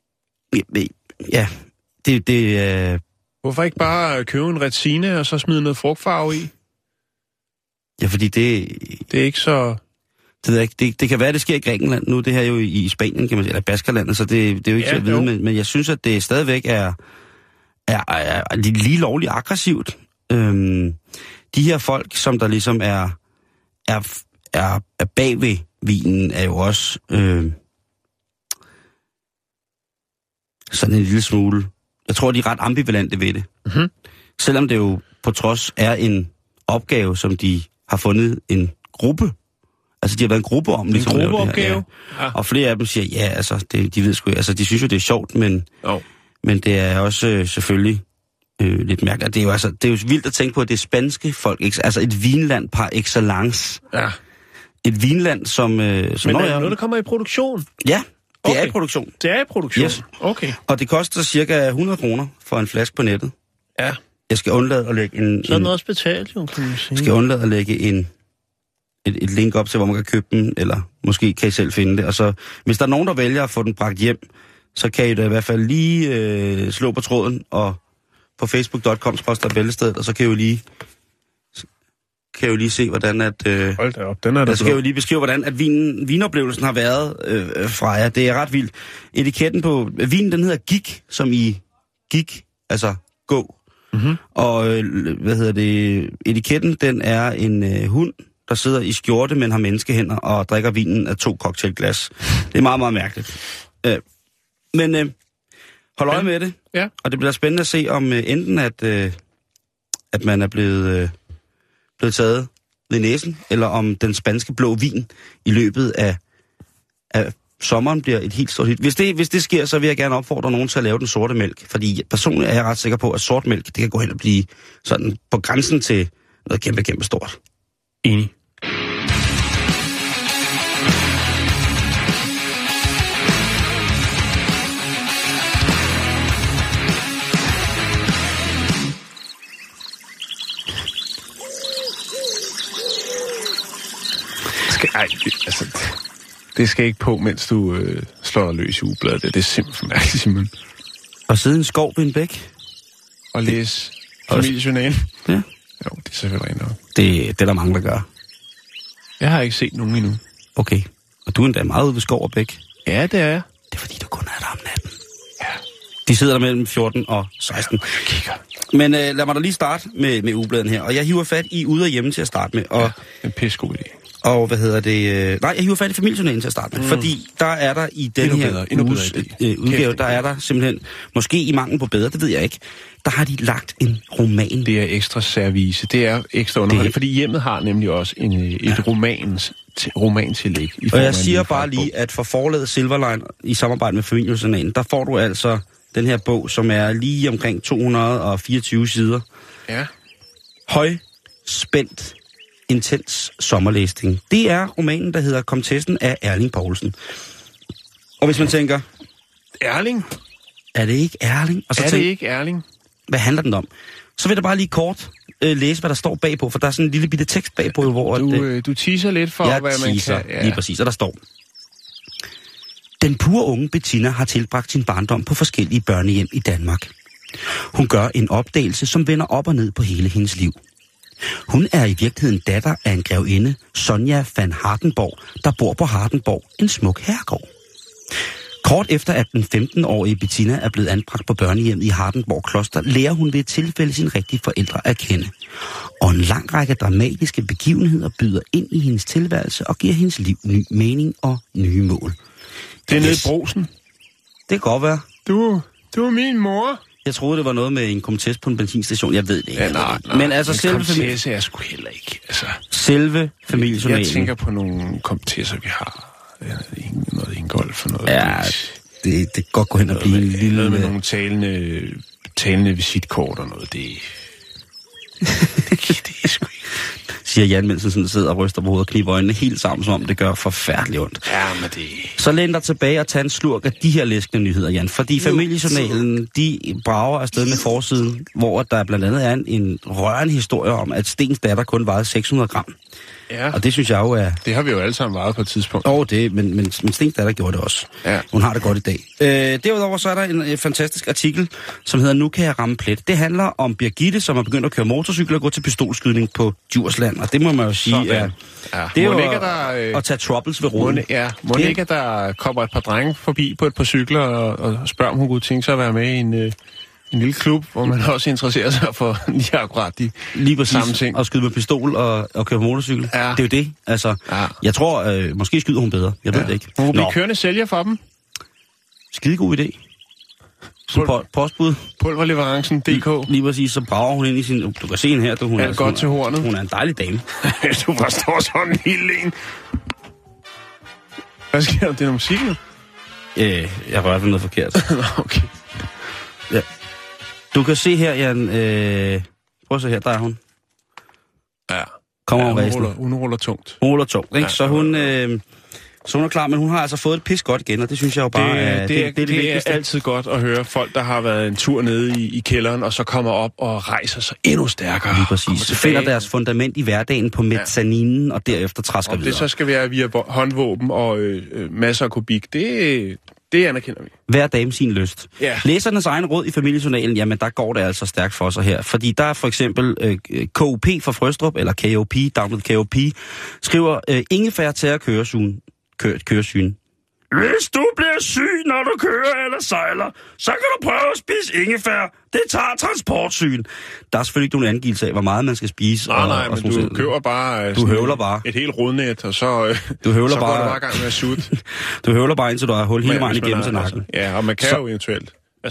Hvorfor ikke bare købe en Retsine og så smide noget frugtfarve i? Ja, fordi det er ikke så... Det kan være, at det sker i Grækenland nu. Det her er jo i Spanien, kan man sige, eller Baskerlandet, så det er jo ikke til at vide. Men jeg synes, at det stadigvæk er lige lovligt aggressivt. De her folk, som der ligesom er bag ved vinen, er jo også sådan en lille smule... Jeg tror, de er ret ambivalente ved det. Mm-hmm. Selvom det jo på trods er en opgave, som de har fundet en gruppe. Altså, de har været en gruppe om. En gruppeopgave? Ja. Og flere af dem siger, ja, altså, de ved sgu... Altså, de synes jo, det er sjovt, men det er også selvfølgelig lidt mærkeligt. Det er jo vildt at tænke på, at det er spanske folk, ikke? Altså et vinland par excellence. Ja. Et vinland, som... Men er noget, der kommer i produktion? Ja, det er i produktion. Det er i produktion? Yes. Okay. Og det koster cirka 100 kroner for en flaske på nettet. Ja. Jeg skal undlade at lægge en... Så er den også betalt, jo, kan man sige. Jeg skal undlade at lægge et link op til, hvor man kan købe den, eller måske kan I selv finde det. Og så, hvis der er nogen, der vælger at få den bragt hjem, så kan I da i hvert fald lige slå på tråden og på facebook.com/bæltestedet, og så kan I jo lige kan jo lige se, hvordan at... Hold da op, den er der. Jeg skal jo lige beskrive, hvordan at vinoplevelsen har været fra jer. Det er ret vildt. Etiketten på vinen, den hedder Gik, som i gik, altså gå. Mm-hmm. Og etiketten, den er en hund, der sidder i skjorte, men har menneskehænder og drikker vinen af 2 cocktailglas. Det er meget, meget mærkeligt. Men hold øje med det. Ja. Og det bliver spændende at se, om enten at man er blevet taget ved næsen, eller om den spanske blå vin i løbet af sommeren bliver et helt stort hit. Hvis det sker, så vil jeg gerne opfordre nogen til at lave den sorte mælk, fordi personligt er jeg ret sikker på, at sort mælk, det kan gå hen og blive sådan på grænsen til noget kæmpe, kæmpe stort. Enig. Det skal ikke på, mens du slår dig løs i ugebladet. Det er simpelthen mærkeligt, Simon. Og sidde i en skov ved en bæk. Og læse familiejournalen. Ja. Jo, det er selvfølgelig rent nok. Det er der mange, der gør. Jeg har ikke set nogen endnu. Okay. Og du er endda meget ude ved skov og bæk. Ja, det er jeg. Det er fordi, du kun er der om natten. Ja. De sidder der mellem 14 og 16. Ja, jeg kigger. Men lad mig da lige starte med ugebladen her. Og jeg hiver fat i Ude og Hjemme til at starte med. Og, ja, en pissegod idé. Og jeg hiver fat i familiejournalen til at starte med. Fordi der er der i den uges udgave, der er der simpelthen, måske i mangel på bedre, det ved jeg ikke, der har de lagt en roman. Det er ekstra service. Det er ekstra underholdning. Fordi hjemmet har nemlig også et romantillæg. Og jeg siger bare lige, at for forlaget Silverline i samarbejde med familiejournalen, der får du altså den her bog, som er lige omkring 224 sider. Ja. Højspændt, intens sommerlæsning. Det er romanen, der hedder Komtessen af Erling Poulsen. Og hvis man tænker... Erling? Er det ikke Erling? Og så er det ikke Erling? Hvad handler den om? Så vil jeg bare lige kort læse, hvad der står bagpå, for der er sådan en lille bitte tekst bagpå, hvor... Du teaser lidt for, hvad man kan... Ja, lige præcis, og der står... Den pure unge Bettina har tilbragt sin barndom på forskellige børnehjem i Danmark. Hun gør en opdagelse, som vender op og ned på hele hendes liv. Hun er i virkeligheden datter af en grevinde, Sonja van Hardenborg, der bor på Hardenborg, en smuk herregård. Kort efter at den 15-årige Bettina er blevet anbragt på børnehjemmet i Hardenborg Kloster, lærer hun ved et tilfælde sine rigtige forældre at kende. Og en lang række dramatiske begivenheder byder ind i hendes tilværelse og giver hendes liv ny mening og nye mål. Det er nede i Brugsen. Det kan godt være. Du er min mor. Jeg troede, det var noget med en komtesse på en benzinstation. Jeg ved det ikke. Ja, nej. Men altså en selve komtesse er sgu heller ikke. Altså, selve familiejournalen. Jeg tænker på nogle komtesser, vi har. Noget Ingolf og noget. Ja, det kan godt gå hen og blive en lille... Noget med nogle talende visitkort og noget. Det er sgu ikke... Siger Jan, mens han sådan sidder og ryster på hovedet og kniber øjnene helt sammen, som om det gør forfærdeligt ondt. Ja, men det... Så læn dig tilbage og tag en slurk af de her læskende nyheder, Jan. Fordi familiejournalen, de brager afsted med forsiden, hvor der blandt andet er en rørende historie om, at Stens datter kun vejede 600 gram. Ja. Og det synes jeg jo er... Det har vi jo alle sammen vejet på et tidspunkt. Men Stens datter gjorde det også. Ja. Hun har det godt i dag. Derudover så er der en fantastisk artikel, som hedder Nu kan jeg ramme plet. Det handler om Birgitte, som er begyndt at køre motorcykel og gå til pistolskydning på Djursland. Og det må man jo sige er... Ja. Det er jo at tage troubles ved roden. Må ikke, at der kommer et par drenge forbi på et par cykler og spørger, om hun kunne tænke sig at være med i en lille klub, hvor man også interesserer sig for lige akkurat de samme ting. Og skyde med pistol og køre på motorcykel. Ja. Det er jo det. Altså, jeg tror, måske skyder hun bedre. Jeg ved det ikke. Hun vil blive kørende sælger for dem. Skidegod idé. Postbud. Pulverleverancen.dk. Lige præcis, så brager hun ind i sin... Du kan se hende her. Hun er godt til hornet. Hun er en dejlig dame. Du forstår sådan en lille en. Hvad sker der? Det er noget musik nu? Jeg har i hvert fald noget forkert. Okay. Ja. Du kan se her, Jan... prøv at se her, der er hun. Ja. Kommer hun ruller tungt. Hun ruller tungt, ikke? Ja. Så hun er klar, men hun har altså fået et pis godt igen, og det synes jeg jo bare det er altid godt at høre folk, der har været en tur nede i kælderen, og så kommer op og rejser sig endnu stærkere. Lige præcis. Så finder deres fundament i hverdagen på mezzaninen, og derefter træsker videre. Det så skal være via håndvåben og masser af kubik. Det Det anerkender vi. Hver dame sin lyst. Ja. Læsernes egen råd i familiejournalen, jamen der går det altså stærkt for sig her. Fordi der er for eksempel KOP fra Frøstrup, eller KOP, Download KOP, skriver ingefær til køresyn. Hvis du bliver syg, når du kører eller sejler, så kan du prøve at spise ingefær. Det tager transportsyn. Der er selvfølgelig ikke nogen angivelse af, hvor meget man skal spise. Nej, men du køber bare, du høvler bare et helt rodnet, og så, du høvler så bare, går du bare i gang med at sutte. Du høvler bare, indtil du har hul hele vejen igennem til nakken. Altså, ja, og man kan jo eventuelt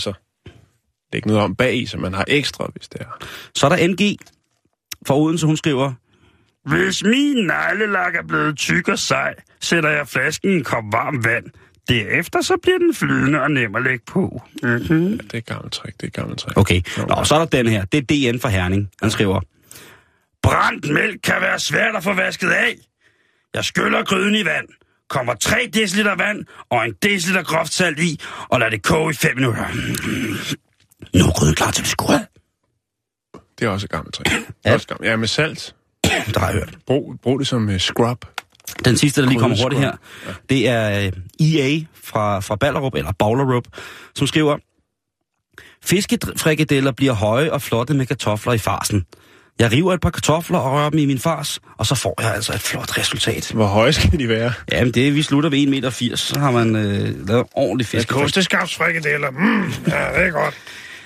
lægge noget om bag i, så man har ekstra, hvis det er. Så er der NG fra Odense, hun skriver: Hvis min neglelak er blevet tyk og sej, sætter jeg flasken i en kop varmt vand. Derefter så bliver den flydende og nem at lægge på. Mm-hmm. Ja, det er gammelt træk, Okay, så er der den her. Det er DN fra Herning. Han skriver: Brændt mælk kan være svært at få vasket af. Jeg skyller gryden i vand. Kommer 3 deciliter vand og 1 deciliter groft salt i, og lader det koge i 5 minutter. Nu er gryden klar til at skue. Det er også et gammelt træk. Ja, med salt. Der har jeg hørt. Brug det som scrub. Den sidste, der lige kommer hurtigt her, det er EA fra Ballerup, eller Ballerup, som skriver: Fiskefrikadeller bliver høje og flotte med kartofler i farsen. Jeg river et par kartofler og rører dem i min fars, og så får jeg altså et flot resultat. Hvor høje skal de være? Jamen, vi slutter ved 1,80 meter, så har man lavet ordentligt fiskefrikadeller. Kosteskabsfrikadeller, ja, det er godt.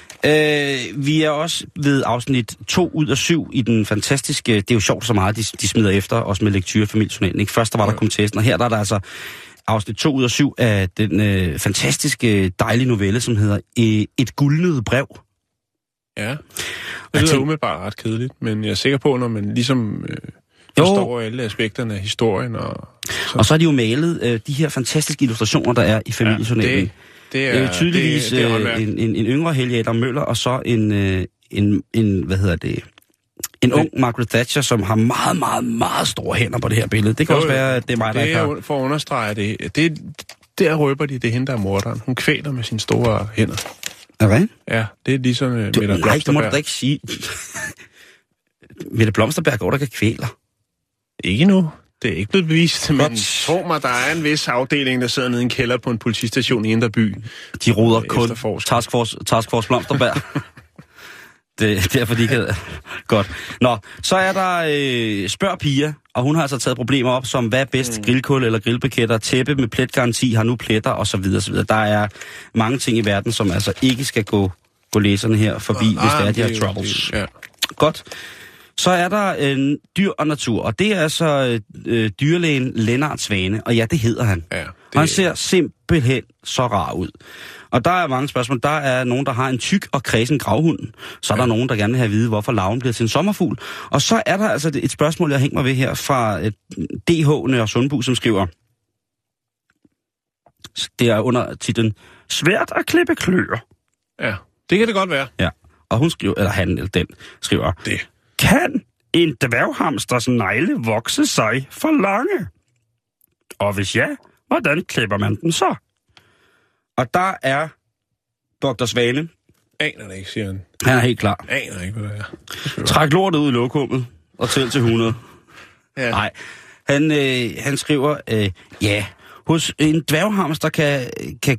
Vi er også ved afsnit 2 ud af 7 i den fantastiske... Det er jo sjovt så meget, de smider efter os med lektyre familiejournalen. Ikke? Først der var der komtesten, og her der er der altså afsnit 2 ud af 7 af den fantastiske, dejlige novelle, som hedder Et guldnet brev. Ja, det lyder umiddelbart ret kedeligt, men jeg er sikker på, når man ligesom forstår alle aspekterne af historien. Og så har de jo malet de her fantastiske illustrationer, der er i familiejournalen. Det er tydeligvis en yngre Helge Adam Møller, og så en ung Margaret Thatcher, som har meget, meget, meget store hænder på det her billede. Det kan også være, at det er mig, der ikke har... For at understrege det, der røber de, det er hende, der er morderen. Hun kvæler med sine store hænder. Okay. Ja, det er ligesom Mette Blomsterberg. Nej, det må du da ikke sige. Mette Blomsterberg går der ikke kvæler. Ikke nu. Det er ikke blevet bevist, men tro mig, der er en vis afdeling, der sidder nede i en kælder på en politistation i Indre By. De roder kun Taskforce Blomsterberg. Det er derfor, de kan... Godt. Nå, så er der Spørg Pia, og hun har altså taget problemer op, som hvad er bedst, grillkul eller grillpaketter, tæppe med pletgaranti, har nu pletter, og så videre, så videre. Der er mange ting i verden, som altså ikke skal gå læserne her forbi, hvis det er, de har troubles. Ja. Godt. Så er der dyr og natur, og det er altså dyrlægen Lennart Svane, og ja, det hedder han. Ja, han ser simpelthen så rar ud. Og der er mange spørgsmål. Der er nogen, der har en tyk og kredsen gravhund. Så er der nogen, der gerne vil have at vide, hvorfor larven bliver til en sommerfugl. Og så er der altså et spørgsmål, jeg hænger mig ved her fra DH Nørre Sundby, som skriver... Det er under titlen Svært at klippe kløer. Ja, det kan det godt være. Ja, og hun skriver, eller han eller den skriver... Det. Kan en dværghamsters negle vokse sig for lange? Og hvis ja, hvordan klipper man den så? Og der er Dr. Svane. Aner det ikke, siger han. Han er helt klar. Aner ikke, hvad det er. Træk lortet ud i lokummet og tæl til 100. Ja. Nej, han skriver, ja, hos en dværghamster kan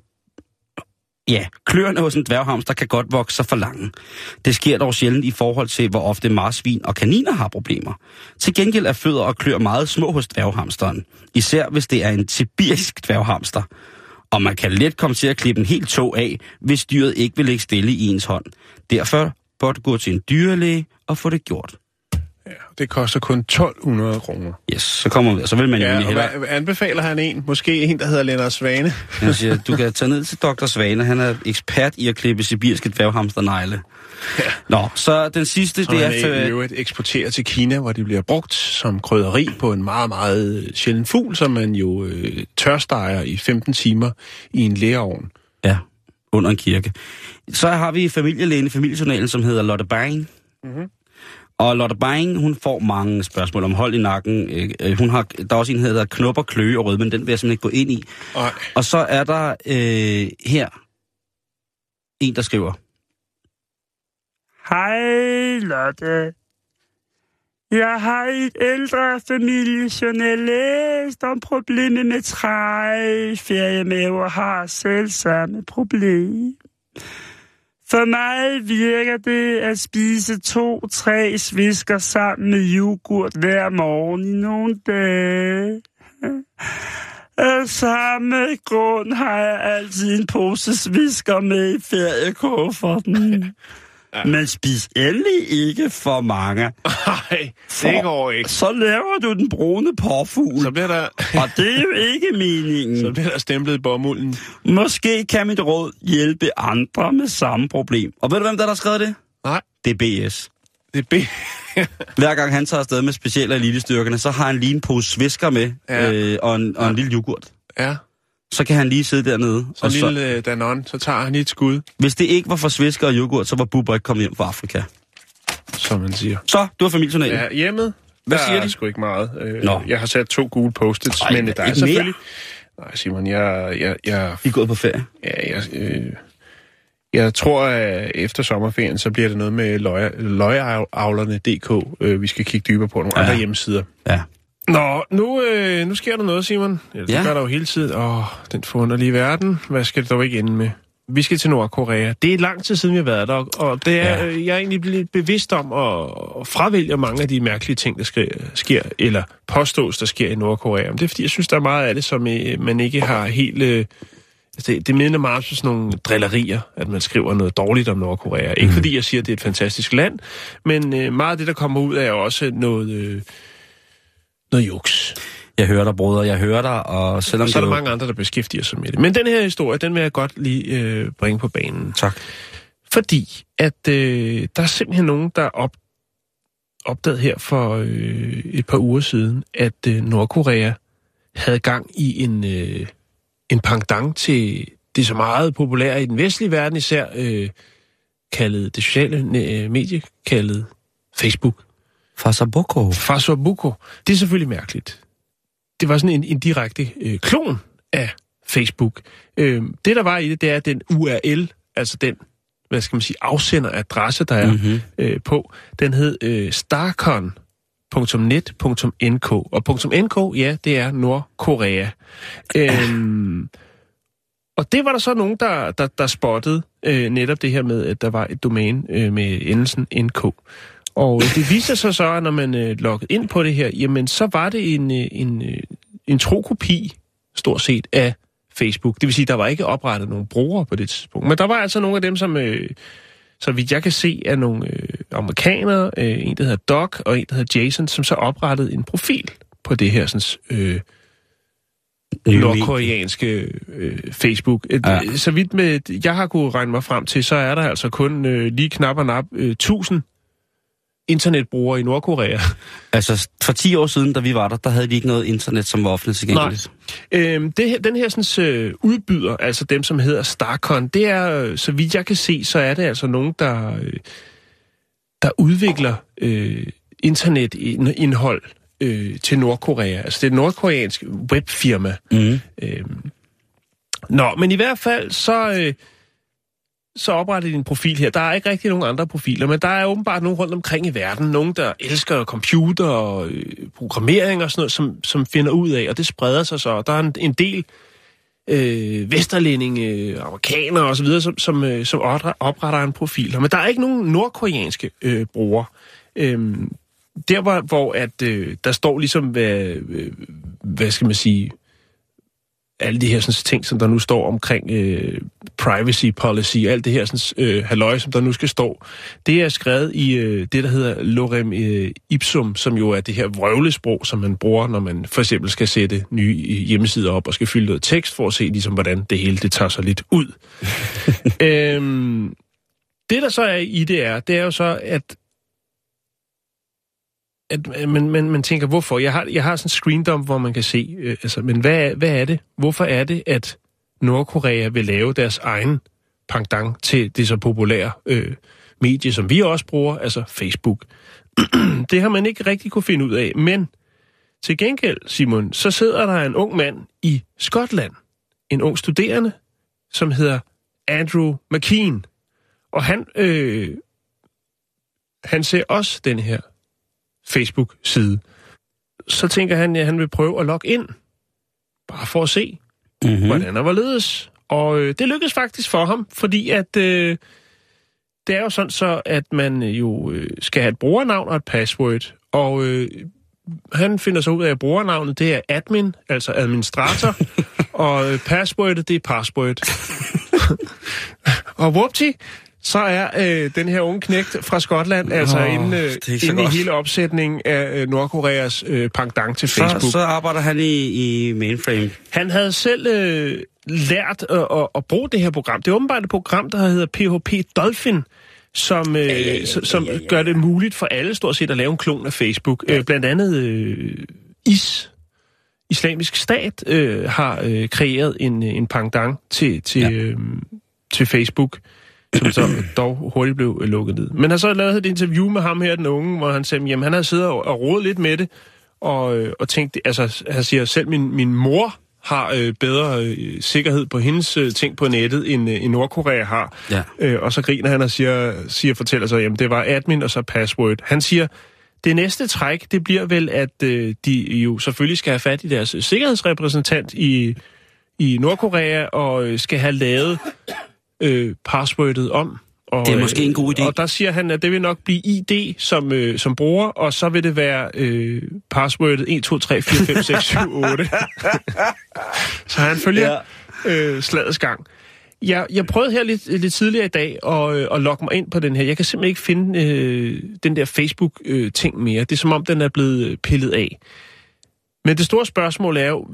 kløerne hos en dværghamster kan godt vokse sig for lange. Det sker dog sjældent i forhold til, hvor ofte marsvin og kaniner har problemer. Til gengæld er fødder og klør meget små hos dværghamsteren. Især hvis det er en sibirisk dværghamster. Og man kan let komme til at klippe en helt tog af, hvis dyret ikke vil ligge stille i ens hånd. Derfor bør du gå til en dyrlæge og få det gjort. Ja, det koster kun 1.200 kroner. Yes, så vil man jo hellere... Hvad anbefaler han en? Måske en, der hedder Lennart Svane? Han siger, du kan tage ned til Dr. Svane. Han er ekspert i at klippe sibiriske dværghamsternegle. Ja. Nå, så den sidste, som det er... Som han jo eksporterer til Kina, hvor de bliver brugt som krydderi på en meget, meget sjælden fugl, som man jo tørsteger i 15 timer i en lerovn. Ja, under en kirke. Så har vi familielægen i familiejournalen, som hedder Lotte Bang. Mm-hmm. Og Lotte Bang, hun får mange spørgsmål om hold i nakken. Der er også en, der hedder knopper, kløe og rød, men den vil jeg simpelthen ikke gå ind i. Ej. Og så er der her en, der skriver: Hej Lotte. Jeg har i et ældre familiejournal læst om problemet med træ. Feriemaver har selv samme problem. For mig virker det at spise 2-3 svisker sammen med yoghurt hver morgen i nogle dage. Af samme grund har jeg altid en pose svisker med i feriekufferten. Ja. Men spis endelig ikke for mange. Nej, det går ikke. Så laver du den brune påfugl. Så bliver der... Og det er jo ikke meningen. Så bliver der stemplet i bomulden. Måske kan mit råd hjælpe andre med samme problem. Og ved du, hvem der har skrevet det? Nej. Det er BS. Det er Hver gang han tager afsted med specielle elitestyrkerne, så har han lige en pose svisker med, og en lille yoghurt. Ja. Så kan han lige sidde dernede. Så en lille Danone, så tager han lige et skud. Hvis det ikke var for svisker og yoghurt, så var Bubber ikke kommet hjem fra Afrika. Som man siger. Så, du har familiejournalen. Ja, hjemmet. Hvad siger de? Der er sgu ikke meget. Nå. Jeg har sat 2 gule post-its, men der er selvfølgelig... Nej, Simon, jeg... I er gået på ferie? Ja, jeg tror, at efter sommerferien, så bliver det noget med løgavlerne.dk. Vi skal kigge dybere på nogle andre hjemmesider. Ja. Nå, nu sker der noget, Simon. Ja, det gør der jo hele tiden. Den forunderlige verden. Hvad skal det dog ikke ende med? Vi skal til Nordkorea. Det er lang tid siden, vi har været der, og det er, jeg er egentlig blevet bevidst om at fravælge mange af de mærkelige ting, der sker, eller påstås, der sker i Nordkorea. Men det er, fordi jeg synes, der er meget af det, som man ikke har helt... Det minder meget om sådan nogle drillerier, at man skriver noget dårligt om Nordkorea. Ikke fordi jeg siger, at det er et fantastisk land, men meget af det, der kommer ud, er jo også noget juks. Jeg hører dig, bruder, jeg hører dig, og selvom så er der mange andre, der beskæftiger sig med det. Men den her historie, den vil jeg godt lige bringe på banen. Tak. Fordi, at der er simpelthen nogen, der opdagede her for et par uger siden, at Nordkorea havde gang i en pendant til det så meget populære i den vestlige verden, især kaldet det sociale medie, kaldet Facebook. Facebook. Det er selvfølgelig mærkeligt. Det var sådan en direkte klon af Facebook. Det, der var i det, det er den URL, altså den, hvad skal man sige, afsenderadresse, der er på. Den hed starcon.net.nk. Og .nk, ja, det er Nordkorea. Og det var der så nogen, der spottede netop det her med, at der var et domæne med endelsen NK. Og det viser sig så, at når man loggede ind på det her, jamen så var det en tro kopi, stort set, af Facebook. Det vil sige, der var ikke oprettet nogen brugere på det tidspunkt. Men der var altså nogle af dem, som, så vidt jeg kan se, er nogle amerikanere, en der hedder Doc og en der hedder Jason, som så oprettede en profil på det her sådan, nordkoreanske Facebook. Så vidt med, jeg har kunnet regne mig frem til, så er der altså kun lige knap og nap 1000 internetbrugere i Nordkorea. Altså, for 10 år siden, da vi var der havde de ikke noget internet, som var offentligt tilgængeligt. Nej. Den her sådan, udbyder, altså dem, som hedder Starcon, det er, så vidt jeg kan se, så er det altså nogen, der udvikler internetindhold til Nordkorea. Altså, det er et nordkoreansk webfirma. Men i hvert fald, så oprettede de en profil her. Der er ikke rigtig nogen andre profiler, men der er åbenbart nogen rundt omkring i verden. Nogen, der elsker computer og programmering og sådan noget, som finder ud af, og det spreder sig så. Der er en del vesterlændinge, amerikanere og så videre, som opretter en profil. Men der er ikke nogen nordkoreanske brugere. Der hvor at, der står ligesom, hvad skal man sige, alle de her sådan, ting, som der nu står omkring privacy policy, alt det her sådan, halløj, som der nu skal stå, det er skrevet i det, der hedder Lorem Ipsum, som jo er det her vrøvlesprog, som man bruger, når man for eksempel skal sætte nye hjemmesider op og skal fylde noget tekst for at se, ligesom, hvordan det hele det tager sig lidt ud. Det, der så er i det er jo så, at man tænker, hvorfor? Jeg har sådan en screendump, hvor man kan se, men hvad er det? Hvorfor er det, at Nordkorea vil lave deres egen pendant til det så populære medie, som vi også bruger, altså Facebook? Det har man ikke rigtig kunne finde ud af, men til gengæld, Simon, så sidder der en ung mand i Skotland, en ung studerende, som hedder Andrew McKean, og han ser også den her Facebook-side. Så tænker han, at han vil prøve at logge ind, bare for at se, hvordan der var ledes. Og det lykkedes faktisk for ham, fordi at det er jo sådan så, at man jo skal have et brugernavn og et password. Og han finder så ud af, at brugernavnet det er admin, altså administrator, og passwordet det er password. Og whoopty, så er den her unge knægt fra Skotland altså inde i hele opsætningen af Nordkoreas pendant til Facebook. Så arbejder han i mainframe. Han havde selv lært at bruge det her program. Det er åbenbart et program, der hedder PHP Dolphin, som gør det muligt for alle stort set at lave en klon af Facebook. Blandt andet Islamisk Stat har kreeret en pendant til Facebook, som så dog hurtigt blev lukket ned. Men han så lavet et interview med ham her, den unge, hvor han sagde, jamen han har siddet og rodet lidt med det, og tænkt, altså han siger, selv min mor har bedre sikkerhed på hendes ting på nettet, end Nordkorea har. Ja. Og så griner han og fortæller sig, jamen det var admin og så password. Han siger, det næste træk, det bliver vel, at de jo selvfølgelig skal have fat i deres sikkerhedsrepræsentant i Nordkorea, og skal have lavet passwordet om. Og, det er måske en god idé. Og der siger han, at det vil nok blive ID som bruger, og så vil det være passwordet 1, 2, 3, 4, 5, 6, 7, 8. Så han følger slagets gang. Jeg prøvede her lidt tidligere i dag at logge mig ind på den her. Jeg kan simpelthen ikke finde den der Facebook-ting mere. Det er som om, den er blevet pillet af. Men det store spørgsmål er jo,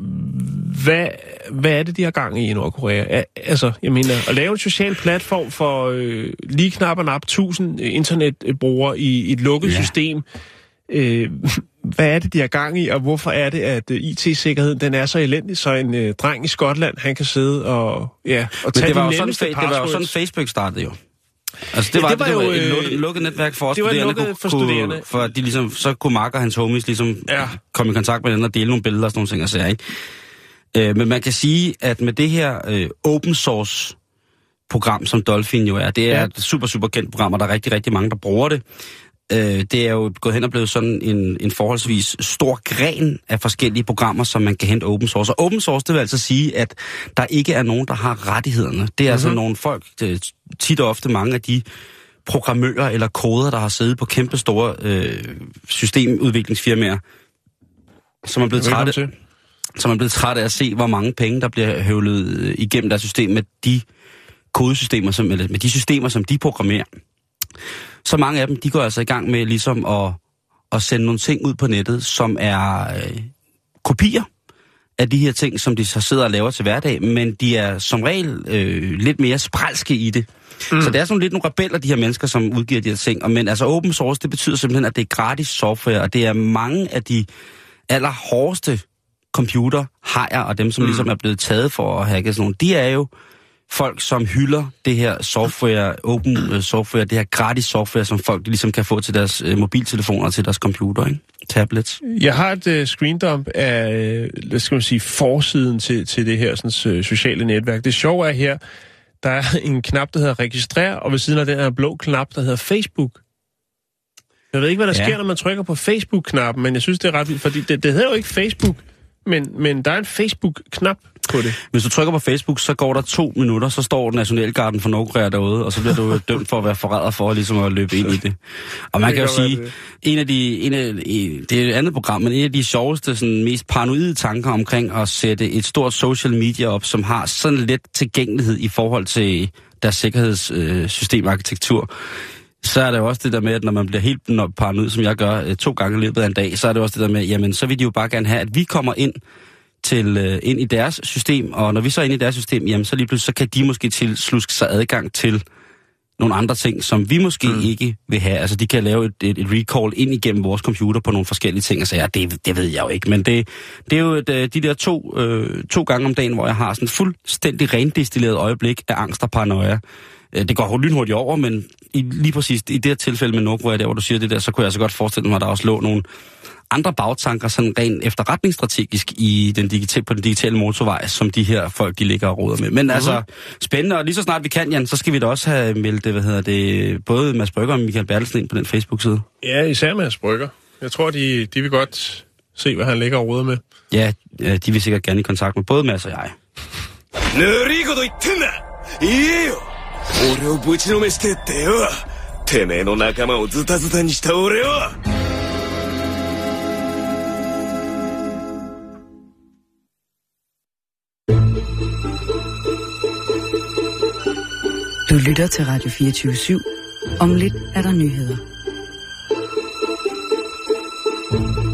hvad er det, de har gang i Nordkorea? Altså, jeg mener, at lave en social platform for lige knap og nap 1000 internetbrugere i et lukket system. Hvad er det, de har gang i, og hvorfor er det, at IT-sikkerheden den er så elendig, så en dreng i Skotland, han kan sidde og tage de nemmeste passwords? Det var jo sådan, Facebook startede jo. Altså det var et lukket netværk for os studerende, for at de ligesom, så kunne Mark og hans homies ligesom komme i kontakt med den og dele nogle billeder og sådan nogle ting og sager, ikke? Men man kan sige, at med det her open source program, som Dolphin jo er, det er et super, super kendt program, og der er rigtig, rigtig mange, der bruger det. Det er jo gået hen og blevet sådan en forholdsvis stor gren af forskellige programmer, som man kan hente open source. Og open source, det vil altså sige, at der ikke er nogen, der har rettighederne. Det er altså nogle folk, tit og ofte mange af de programmører eller koder, der har siddet på kæmpe store systemudviklingsfirmaer, som er blevet trætte af at se, hvor mange penge, der bliver høvlet igennem deres system med de kodesystemer, med de systemer, som de programmerer. Så mange af dem, de går altså i gang med ligesom at sende nogle ting ud på nettet, som er kopier af de her ting, som de så sidder og laver til hverdag, men de er som regel lidt mere sprælske i det. Så det er sådan lidt nogle rebeller, de her mennesker, som udgiver de her ting. Men altså open source, det betyder simpelthen, at det er gratis software, og det er mange af de allerhårdeste computerhajer, og dem, som ligesom er blevet taget for at hacke sådan nogle, de er jo folk, som hylder det her software, open software, det her gratis software, som folk ligesom kan få til deres mobiltelefoner og til deres computer, ikke? Tablets. Jeg har et screendump af, forsiden til det her sådan, sociale netværk. Det sjove er her, der er en knap, der hedder registrer, og ved siden af den er en blå knap, der hedder Facebook. Jeg ved ikke, hvad der sker, når man trykker på Facebook-knappen, men jeg synes, det er ret vildt, fordi det hedder jo ikke Facebook, men der er en Facebook-knap på det. Hvis du trykker på Facebook, så går der 2 minutter, så står Nationalgarden for Nordkorea derude, og så bliver du dømt for at være forræder for ligesom at løbe ind i det. Og man kan jo sige, det er et andet program, men en af de sjoveste, sådan, mest paranoide tanker omkring at sætte et stort social media op, som har sådan let tilgængelighed i forhold til deres sikkerhedssystemarkitektur, så er det jo også det der med, at når man bliver helt paranoid, som jeg gør 2 gange i løbet af en dag, så er det også det der med, jamen så vil de jo bare gerne have, at vi kommer ind i deres system, og når vi så er inde i deres system, jamen så lige pludselig, så kan de måske tilsluske sig adgang til nogle andre ting, som vi måske ikke vil have. Altså de kan lave et recall ind igennem vores computer på nogle forskellige ting, og så det ved jeg jo ikke, men det er jo de der 2 gange om dagen, hvor jeg har sådan et fuldstændig rendestilleret øjeblik af angst og paranoia. Det går lynhurtigt over, men lige præcis i det her tilfælde med Nordkorea, der hvor du siger det der, så kunne jeg så godt forestille mig, at der også lå nogle andre bagtanker, sådan rent efterretningsstrategisk på den digitale motorvej, som de her folk, de ligger og roder med. Men altså, spændende, og lige så snart vi kan, Jan, så skal vi da også have meldt både Mads Brygger og Michael Bertelsen ind på den Facebook-side. Ja, især Mads Brygger. Jeg tror, de vil godt se, hvad han ligger og roder med. Ja, de vil sikkert gerne i kontakt med både Mads og jeg. Du lytter til Radio 24/7. Om lidt er der nyheder.